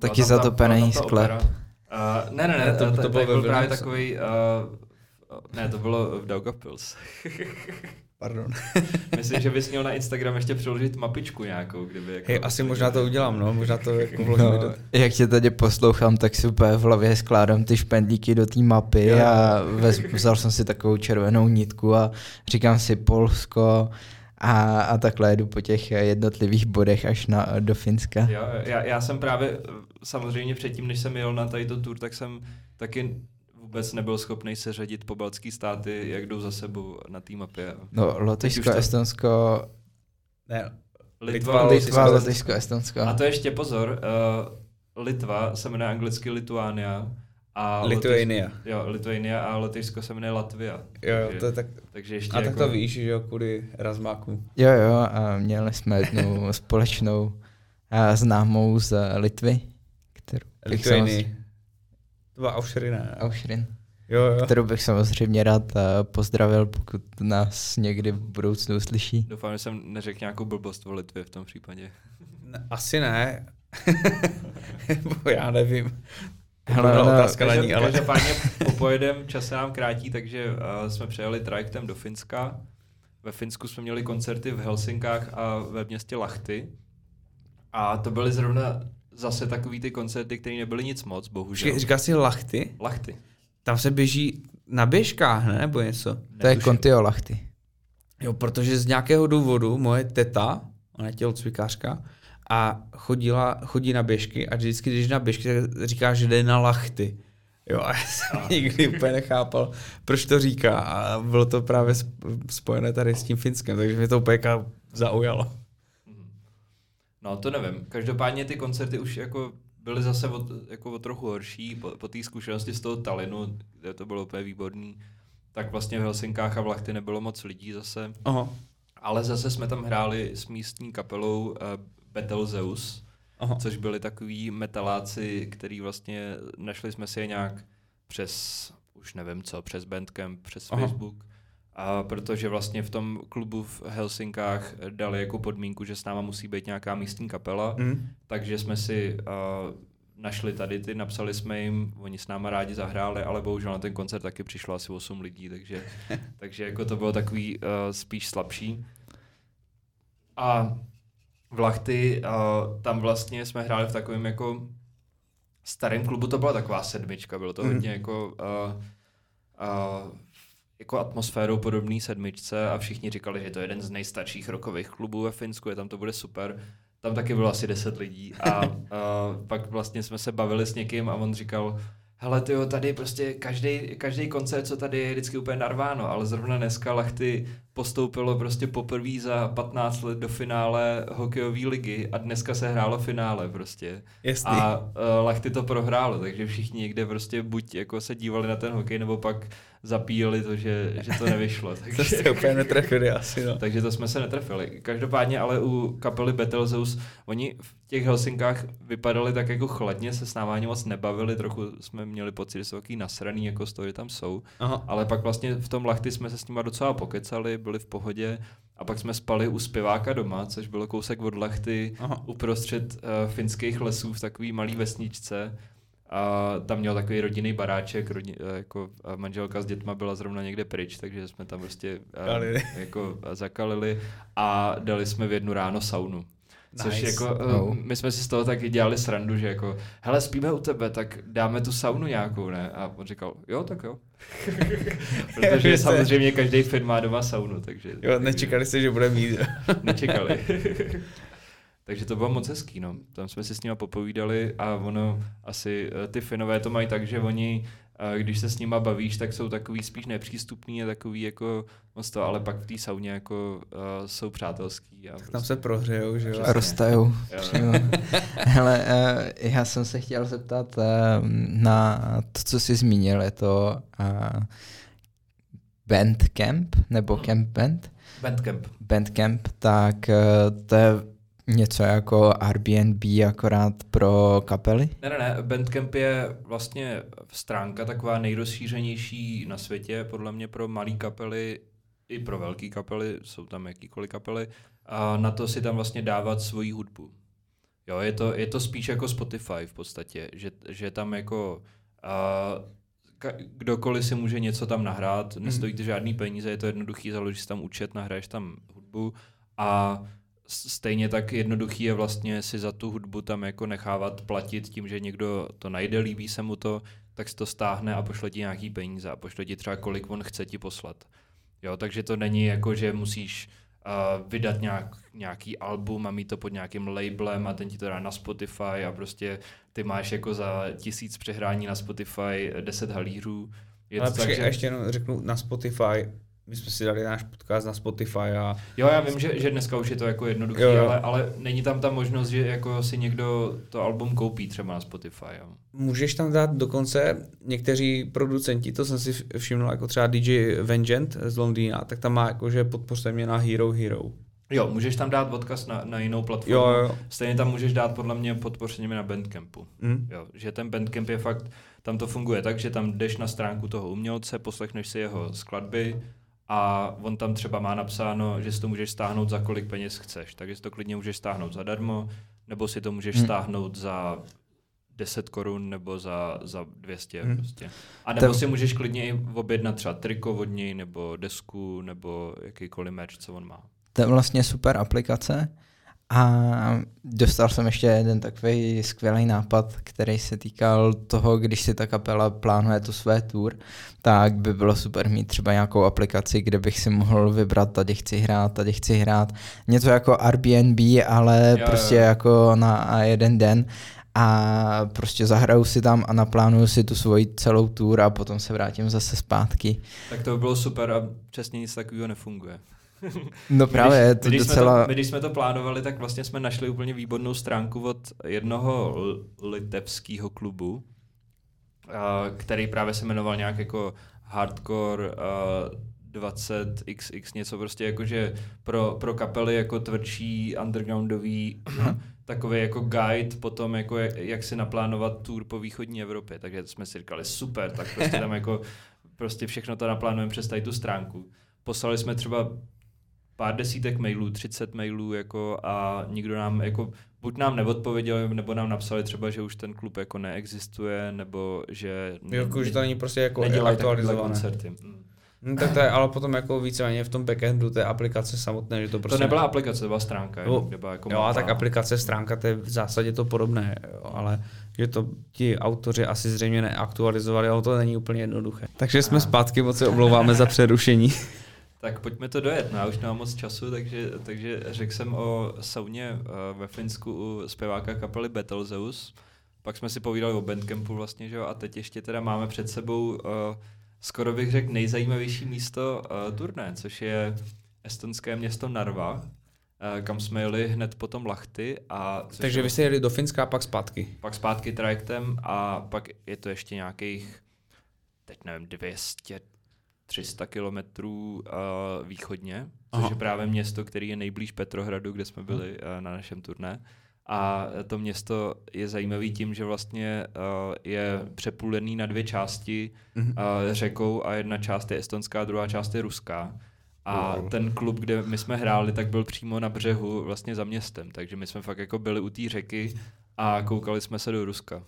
Taky zatopený sklep. Uh, ne, ne, ne, ne, to, to, to bylo byl právě takový, uh, ne, to bylo v Daugavpils. Pardon. Myslím, že bys měl na Instagram ještě přiložit mapičku nějakou, kdyby... Jako Hej, asi možná to udělám, no, možná to jako vložím. No, jak tě tady poslouchám, tak si úplně v hlavě skládám ty špendlíky do té mapy jo. a vez, vzal jsem si takovou červenou nitku a říkám si Polsko a, a takhle jedu po těch jednotlivých bodech až na, do Finska. Jo, já, já jsem právě, samozřejmě předtím, než jsem jel na tadyto tour, tak jsem taky vůbec nebyl schopný seřadit pobaltský státy, jak jdou za sebou na té mapě. No, Lotyšsko, to... Estonsko... Ne, Litva, Litva, Lotyšsko, Estonsko. A to ještě pozor, uh, Litva se jmenuje anglicky Lituania. A Lithuania. Lotyšsko, jo, Lithuania a Lotyšsko se jmenuje Latvia. Jo, jo, to je tak... Takže ještě a jako... tak to víš, že jo, kvůli Razmáku. Jo, jo, a měli jsme jednu společnou a známou z Litvy, kterou... Lithuania. To byla Aušrina. Aušrin. Jo, jo. Kterou bych samozřejmě rád pozdravil, pokud nás někdy v budoucnu uslyší. Doufám, že jsem neřekl nějakou blbost o Litvě v tom případě. Ne, asi ne. Bo já nevím. Hele, to no, otázka na ní, ale... Každopádně popojedem, čas se nám krátí, takže uh, jsme přejeli trajektem do Finska. Ve Finsku jsme měli koncerty v Helsinkách a ve městě Lahti. A to byly zrovna zase takový ty koncerty, které nebyly nic moc, bohužel. Říká si Lahti? Lahti. Tam se běží na běžkách, ne? Nebo něco? To je Kontio Lahti. Jo, protože z nějakého důvodu moje teta, ona je tělocvikářka, a chodila, chodí na běžky a vždycky, když na běžky, tak říká, že jde na Lahti. Jo, a já jsem a. nikdy úplně nechápal, proč to říká. A bylo to právě spojené tady s tím Finskem, takže mě to úplně zaujalo. No to nevím. Každopádně ty koncerty už jako byly zase o, jako o trochu horší po, po té zkušenosti z toho Tallinnu, kde to bylo úplně výborný. Tak vlastně v Helsinkách a v Lahti nebylo moc lidí zase. Aha. Ale zase jsme tam hráli s místní kapelou uh, Betelgeuse, Aha. což byli takový metaláci, který vlastně našli jsme si je nějak přes, už nevím co, přes Bandcamp, přes Aha. Facebook. A protože vlastně v tom klubu v Helsinkách dali jako podmínku, že s náma musí být nějaká místní kapela, mm. takže jsme si uh, našli tady ty, napsali jsme jim, oni s náma rádi zahráli, ale bohužel na ten koncert taky přišlo asi osm lidí, takže, takže jako to bylo takový uh, spíš slabší. A v Lahti, uh, tam vlastně jsme hráli v takovém jako starém klubu, to byla taková sedmička, bylo to mm. hodně jako... Uh, uh, jako atmosférou podobný sedmičce a všichni říkali, že to je jeden z nejstarších rockových klubů ve Finsku, je tam to bude super. Tam taky bylo asi deset lidí a, a pak vlastně jsme se bavili s někým a on říkal, hele tyjo, tady prostě každý, každý koncert, co tady je vždycky úplně narváno, ale zrovna dneska Lahti postoupilo prostě poprvé za patnáct let do finále hokejové ligy a dneska se hrálo finále prostě. Jasný. A uh, Lahti to prohrálo, takže všichni někde prostě buď jako se dívali na ten hokej, nebo pak zapíjeli to, že, že to nevyšlo. Takže, to jste úplně netrefili asi, no. Takže to jsme se netrefili. Každopádně ale u kapely Betelgeuse, oni v těch Helsinkách vypadali tak jako chladně, se s námi ani moc nebavili, trochu jsme měli pocit, že jsou takový nasraný, jako z toho, že tam jsou. Aha. Ale pak vlastně v tom Lahti jsme se s nima docela pokecali, byli v pohodě a pak jsme spali u zpěváka doma, což bylo kousek od Lahti, Aha. uprostřed uh, finských lesů v takový malý vesničce. A tam měl takový rodinný baráček, rodin, jako manželka s dětma byla zrovna někde pryč, takže jsme tam prostě uh, jako zakalili a dali jsme v jednu ráno saunu. Což nice. Jako, no. My jsme si z toho taky dělali srandu, že jako, hele, spíme u tebe, tak dáme tu saunu nějakou, ne? A on říkal, jo, tak jo. Protože samozřejmě každý Fin má doma saunu, takže... Jo, nečekali jste, že bude mít. Nečekali. Takže to bylo moc hezký, no. Tam jsme si s nima popovídali a ono asi, ty Finové to mají tak, že oni, když se s nima bavíš, tak jsou takový spíš nepřístupný a takový jako moc to, ale pak v té sauně jako uh, jsou přátelský. A prostě tam se prohřejou, že jo? A roztajou. Hele, uh, já jsem se chtěl zeptat uh, na to, co jsi zmínil, je to uh, Bandcamp, nebo Camp Band? Bandcamp. Bandcamp, tak uh, to je něco jako Airbnb akorát pro kapely? Ne, ne, ne. Bandcamp je vlastně stránka taková nejrozšířenější na světě, podle mě pro malé kapely i pro velké kapely, jsou tam jakýkoliv kapely, a na to si tam vlastně dávat svoji hudbu. Jo, je to, je to spíš jako Spotify v podstatě, že, že tam jako uh, ka, kdokoliv si může něco tam nahrát, nestojí to žádný peníze, je to jednoduchý, založíš tam účet, nahraješ tam hudbu a stejně tak jednoduchý je vlastně si za tu hudbu tam jako nechávat platit tím, že někdo to najde, líbí se mu to, tak si to stáhne a pošle ti nějaký peníze a pošle ti třeba kolik on chce ti poslat. Jo, takže to není jako, že musíš uh, vydat nějak, nějaký album a mít to pod nějakým labelem a ten ti to dá na Spotify a prostě ty máš jako za tisíc přehrání na Spotify deset halířů. Je Ale to počkej, tak, že... ještě jenom řeknu na Spotify, my jsme si dali náš podcast na Spotify a... Jo, já vím, že, že dneska už je to jako jednoduché, ale, ale není tam ta možnost, že jako si někdo to album koupí třeba na Spotify. Jo. Můžeš tam dát dokonce někteří producenti, to jsem si všiml, jako třeba D J Vengent z Londýna, tak tam má jako, že podpořte mě na Hero Hero. Jo, můžeš tam dát odkaz na, na jinou platformu. Jo, jo. Stejně tam můžeš dát podle mě podpoření na Bandcampu. Mm. Jo, že ten Bandcamp je fakt, tam to funguje tak, že tam jdeš na stránku toho umělce, poslechneš si jeho skladby a on tam třeba má napsáno, že si to můžeš stáhnout za kolik peněz chceš. Takže si to klidně můžeš stáhnout zadarmo, nebo si to můžeš hmm. stáhnout za deset korun nebo za, za dvě stě. Hmm. Prostě. A nebo to... si můžeš klidně i objednat třeba triko od něj, nebo desku, nebo jakýkoliv merch, co on má. To je vlastně super aplikace a dostal jsem ještě jeden takový skvělý nápad, který se týkal toho, když si ta kapela plánuje tu své tour, tak by bylo super mít třeba nějakou aplikaci, kde bych si mohl vybrat, tady chci hrát, tady chci hrát. Něco jako Airbnb, ale jo, prostě jo. jako na jeden den a prostě zahraju si tam a naplánuju si tu svoji celou tour a potom se vrátím zase zpátky. Tak to by bylo super a přesně nic takového nefunguje. No právě, je to my, když docela... Jsme to, my, když jsme to plánovali, tak vlastně jsme našli úplně výbornou stránku od jednoho litevského klubu, který právě se jmenoval nějak jako Hardcore dvacet iks iks, něco prostě jakože pro, pro kapely jako tvrdší, undergroundový, takový jako guide potom, jako jak, jak si naplánovat tour po východní Evropě. Takže jsme si říkali, super, tak prostě tam jako prostě všechno to naplánujeme přes tady tu stránku. Poslali jsme třeba pár desítek mailů, třicet mailů jako a nikdo nám jako buď nám neodpověděl, nebo nám napsali třeba, že už ten klub jako neexistuje, nebo že ne, jako, že to není prostě jako aktualizované koncerty. Mm. No, tak to je ale potom jako víceméně v tom backendu té aplikace samotné, že to prostě... To nebyla aplikace, to byla stránka. No, kde byla jako jo, a tak aplikace, stránka, to je v zásadě to podobné, jo, ale že to ti autoři asi zřejmě neaktualizovali, ale to není úplně jednoduché. Takže jsme a. zpátky, moc se omlouváme za přerušení. Tak pojďme to dojet, no, já už nemám moc času, takže, takže řekl jsem o sauně uh, ve Finsku u zpěváka kapely Betelzeus, pak jsme si povídali o Bandcampu vlastně, že jo, a teď ještě teda máme před sebou, uh, skoro bych řekl, nejzajímavější místo uh, turné, což je estonské město Narva, uh, kam jsme jeli hned potom Lahti. A takže je, vy jste jeli do Finska a pak zpátky? Pak zpátky trajektem a pak je to ještě nějakých, teď nevím, dvě stě tři sta kilometrů uh, východně, což Aha. je právě město, který je nejblíž Petrohradu, kde jsme byli uh, na našem turné. A to město je zajímavé tím, že vlastně uh, je přepůlený na dvě části uh, řekou a jedna část je estonská, druhá část je ruská. A wow. ten klub, kde my jsme hráli, tak byl přímo na břehu vlastně za městem, takže my jsme fakt jako byli u té řeky a koukali jsme se do Ruska.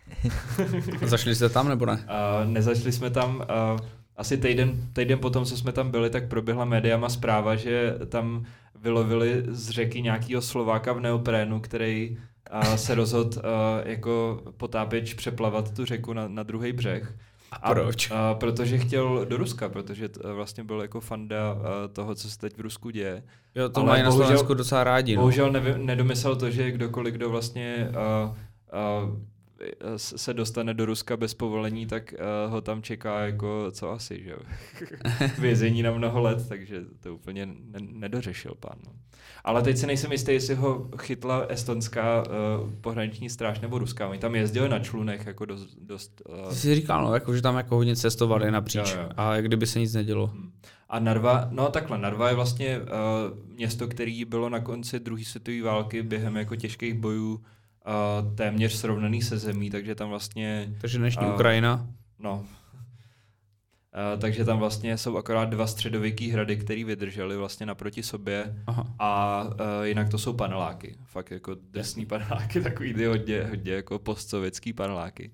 Zašli jste tam nebo ne? Uh, nezašli jsme tam... Uh, Asi týden, týden potom, co jsme tam byli, tak proběhla médiama zpráva, že tam vylovili z řeky nějakýho Slováka v neoprénu, který uh, se rozhodl uh, jako potápěč přeplavat tu řeku na, na druhý břeh. A proč? A, uh, protože chtěl do Ruska, protože t, uh, vlastně byl jako fanda uh, toho, co se teď v Rusku děje. Jo, to mají na Slovensku docela rádi. No. Bohužel nevy, nedomyslel to, že kdokoliv, kdo vlastně... Uh, uh, se dostane do Ruska bez povolení, tak uh, ho tam čeká jako co asi, že jo. Vězení na mnoho let, takže to úplně ne- nedořešil pán. No. Ale teď si nejsem jistý, jestli ho chytla estonská uh, pohraniční stráž nebo ruská. Oni tam jezdili na člunech jako dost... dost uh... Ty jsi říkal, no, jako, že tam jako hodně cestovali hmm, napříč jo, jo. a kdyby se nic nedělo. Hmm. A Narva, no takhle, Narva je vlastně uh, město, které bylo na konci druhé světové války během jako těžkých bojů Uh, téměř srovnaný se zemí, takže tam vlastně... Takže dnešní uh, Ukrajina? No. Uh, takže tam vlastně jsou akorát dva středověký hrady, které vydržely vlastně naproti sobě. Aha. A uh, jinak to jsou paneláky. Fakt jako drsný paneláky, takový ty hodně, hodně jako postsovětský paneláky.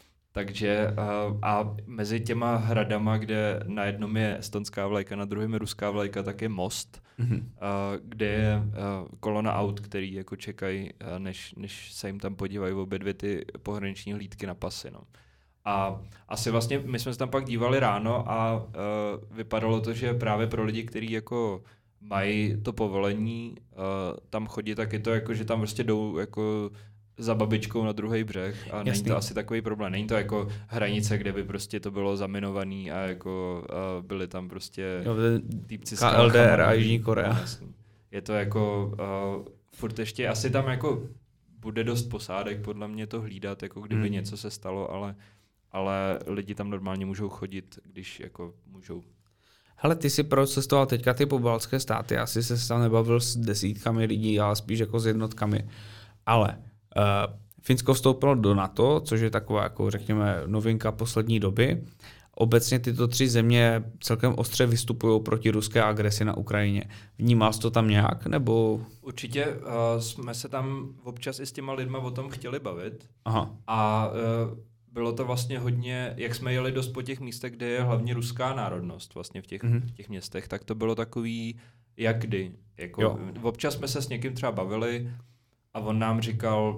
Takže uh, a mezi těma hradama, kde na jednom je estonská vlajka, na druhém je ruská vlajka, tak je most, mm-hmm. uh, kde je uh, kolona aut, který jako čekají, uh, než, než se jim tam podívají obě dvě ty pohraniční hlídky na pasy. No. A asi vlastně my jsme se tam pak dívali ráno a uh, vypadalo to, že právě pro lidi, kteří jako mají to povolení uh, tam chodit, tak je to jako, že tam prostě jdou jako za babičkou na druhý břeh a Jasný. Není to asi takový problém. Není to jako hranice, kde by prostě to bylo zaminovaný a jako uh, byli tam prostě jo, týpci z K L D R a Jižní Korea. Je to jako uh, furt ještě asi tam jako bude dost posádek podle mě to hlídat, jako kdyby hmm. něco se stalo, ale ale lidi tam normálně můžou chodit, když jako můžou. Hele, ty si procestoval teďka ty pobaltské státy, asi se tam nebavil s desítkami lidí, ale spíš jako s jednotkami. Ale uh, Finsko vstoupilo do NATO, což je taková, jako řekněme, novinka poslední doby. Obecně tyto tři země celkem ostře vystupují proti ruské agresi na Ukrajině. Vnímal jsi to tam nějak, nebo? Určitě uh, jsme se tam občas i s těma lidma o tom chtěli bavit. Aha. A uh, bylo to vlastně hodně, jak jsme jeli dost po těch místech, kde je hlavně ruská národnost vlastně v těch, mm-hmm. v těch městech, tak to bylo takový, jak kdy. Jako, občas jsme se s někým třeba bavili a on nám říkal,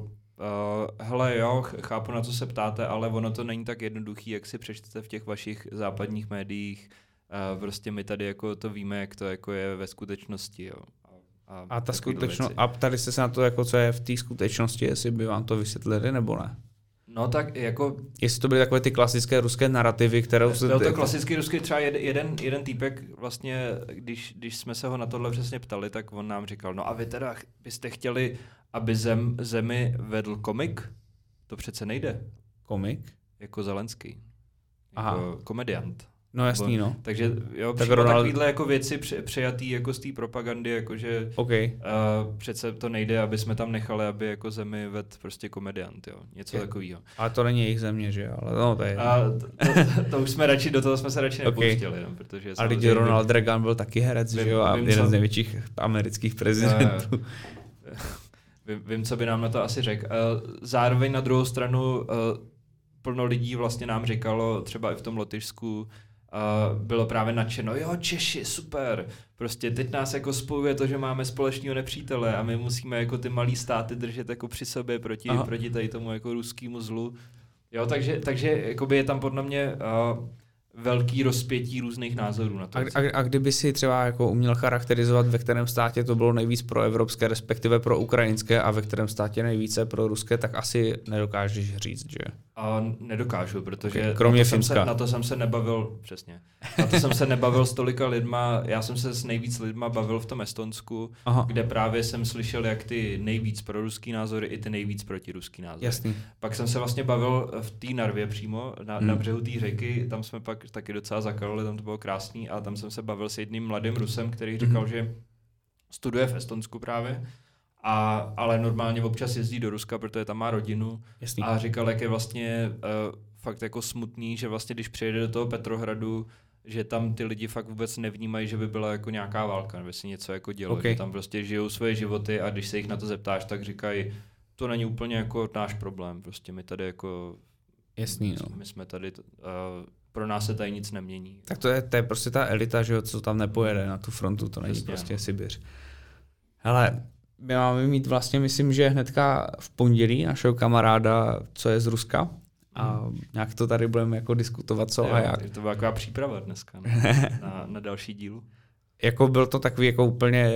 uh, hele jo, chápu, na co se ptáte, ale ono to není tak jednoduchý, jak si přečtete v těch vašich západních médiích. Uh, prostě my tady jako to víme, jak to jako je ve skutečnosti. Jo. A, a ta skutečnost, a ptali jste se na to, jako co je v té skutečnosti, jestli by vám to vysvětlili, nebo ne? No tak jako... Jestli to byly takové ty klasické ruské narrativy, které... Byl to klasický ruský, třeba jeden, jeden týpek vlastně, když, když jsme se ho na tohle přesně ptali, tak on nám říkal, no a vy teda byste chtěli, aby zem, zemi vedl komik? To přece nejde. Komik? Jako Zelenský. Aha. Jako komediant. No jasný, no. Takže jo, tak Ronald... Ronald... takovýhle jako věci pře- přejatý jako z té propagandy, jakože okay. uh, přece to nejde, aby jsme tam nechali, aby jako zemi ved prostě komediant, jo. Něco je. Takového. Ale to není jejich země, že jo? Ale no, to je... A to, to, to, už jsme radši, do toho jsme se radši okay. nepouštěli, no, protože... A lidi Ronald Reagan byl taky herec, vím, že jo? A vím, jeden co... z největších amerických prezidentů. Uh, vím, vím, co by nám na to asi řekl. Uh, zároveň na druhou stranu uh, plno lidí vlastně nám říkalo, třeba i v tom Lotyšsku, Uh, bylo právě nadšeno, jo, Češi, super, prostě teď nás jako spojuje to, že máme společného nepřítele a my musíme jako ty malý státy držet jako při sobě proti, proti tady tomu jako ruskému zlu. Jo, takže, takže jakoby je tam podle mě uh, velký rozpětí různých názorů na to. A, a, a kdyby si třeba jako uměl charakterizovat, ve kterém státě to bylo nejvíc pro evropské, respektive pro ukrajinské a ve kterém státě nejvíce pro ruské, tak asi nedokážeš říct, že? A nedokážu, protože okay. Kromě na, to Finska. Se, na to jsem se nebavil, přesně, na to jsem se nebavil s tolika lidma, já jsem se s nejvíc lidma bavil v tom Estonsku, Aha. kde právě jsem slyšel, jak ty nejvíc proruský názory i ty nejvíc protiruský názory. Jasný. Pak jsem se vlastně bavil v té Narvě přímo, na, hmm. na břehu té řeky, tam jsme pak taky docela zakalili, tam to bylo krásný a tam jsem se bavil s jedním mladým Rusem, který říkal, hmm. že studuje v Estonsku právě, a, ale normálně občas jezdí do Ruska, protože tam má rodinu. Jasný. A říkal, jak je vlastně uh, fakt jako smutný, že vlastně když přijede do toho Petrohradu, že tam ty lidi fakt vůbec nevnímají, že by byla jako nějaká válka, nebo si něco jako dělo, okay. že tam prostě žijou svoje životy a když se jich na to zeptáš, tak říkají, to není úplně jako náš problém, prostě my tady jako... Jasný, no. My jsme tady... Uh, pro nás se tady nic nemění. Tak to je, to je prostě ta elita, že jo, co tam nepojede na tu frontu, to není Přesně, prostě no. Sibiř. Hele, my máme mít vlastně, myslím, že hnedka v pondělí našeho kamaráda, co je z Ruska. A hmm. nějak to tady budeme jako diskutovat, co jo, a jak. To byla taková příprava dneska no, na, na další dílu. Jako byl to takový jako úplně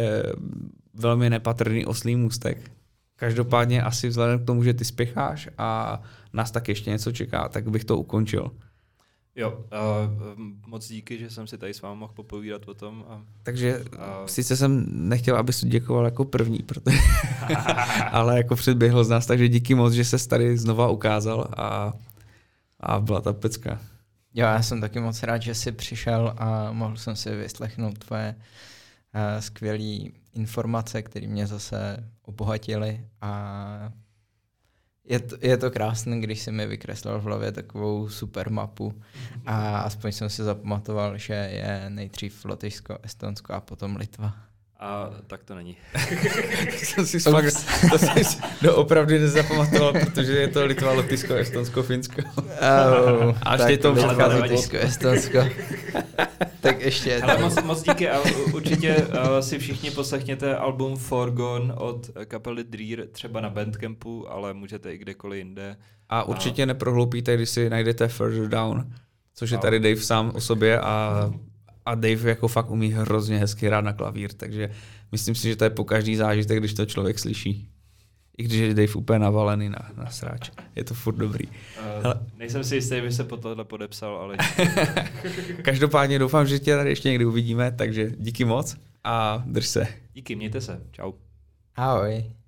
velmi nepatrný oslý můstek. Každopádně asi vzhledem k tomu, že ty spěcháš a nás tak ještě něco čeká, tak bych to ukončil. Jo, uh, moc díky, že jsem si tady s vámi mohl popovídat o tom. A, Takže a... sice jsem nechtěl, abys tu děkoval jako první, protože ale jako předběhl z nás, takže díky moc, že ses tady znova ukázal a, a byla ta pecka. Jo, já jsem taky moc rád, že jsi přišel a mohl jsem si vyslechnout tvoje uh, skvělé informace, které mě zase obohatily a Je to, je to krásné, když jsem mi vykreslil v hlavě takovou super mapu a aspoň jsem si zapamatoval, že je nejdřív Lotyšsko, Estonsko a potom Litva. A tak to není. to si fakt, to si doopravdy nezapamatoval, protože je to Litva, Lotyšsko, Estonsko, Finsko. Oh, Až teď to Litva, Lotyšsko, Estonsko. Tak ještě. Ale moc, moc díky a určitě uh, si všichni poslechněte album Forgone od kapely Dreer, třeba na Bandcampu, ale můžete i kdekoliv jinde. A určitě a... neprohloupíte, když si najdete Further Down, což je tady Dave sám o sobě a, a Dave jako fakt umí hrozně hezky hrát na klavír, takže myslím si, že to je po každý zážitek, když to člověk slyší. I když je Dave úplně navalený na, na sráč. Je to furt dobrý. Uh, Hele. Nejsem si jistý, že se po tohle podepsal, ale... Každopádně doufám, že tě tady ještě někdy uvidíme, takže díky moc a drž se. Díky, mějte se. Čau. Ahoj.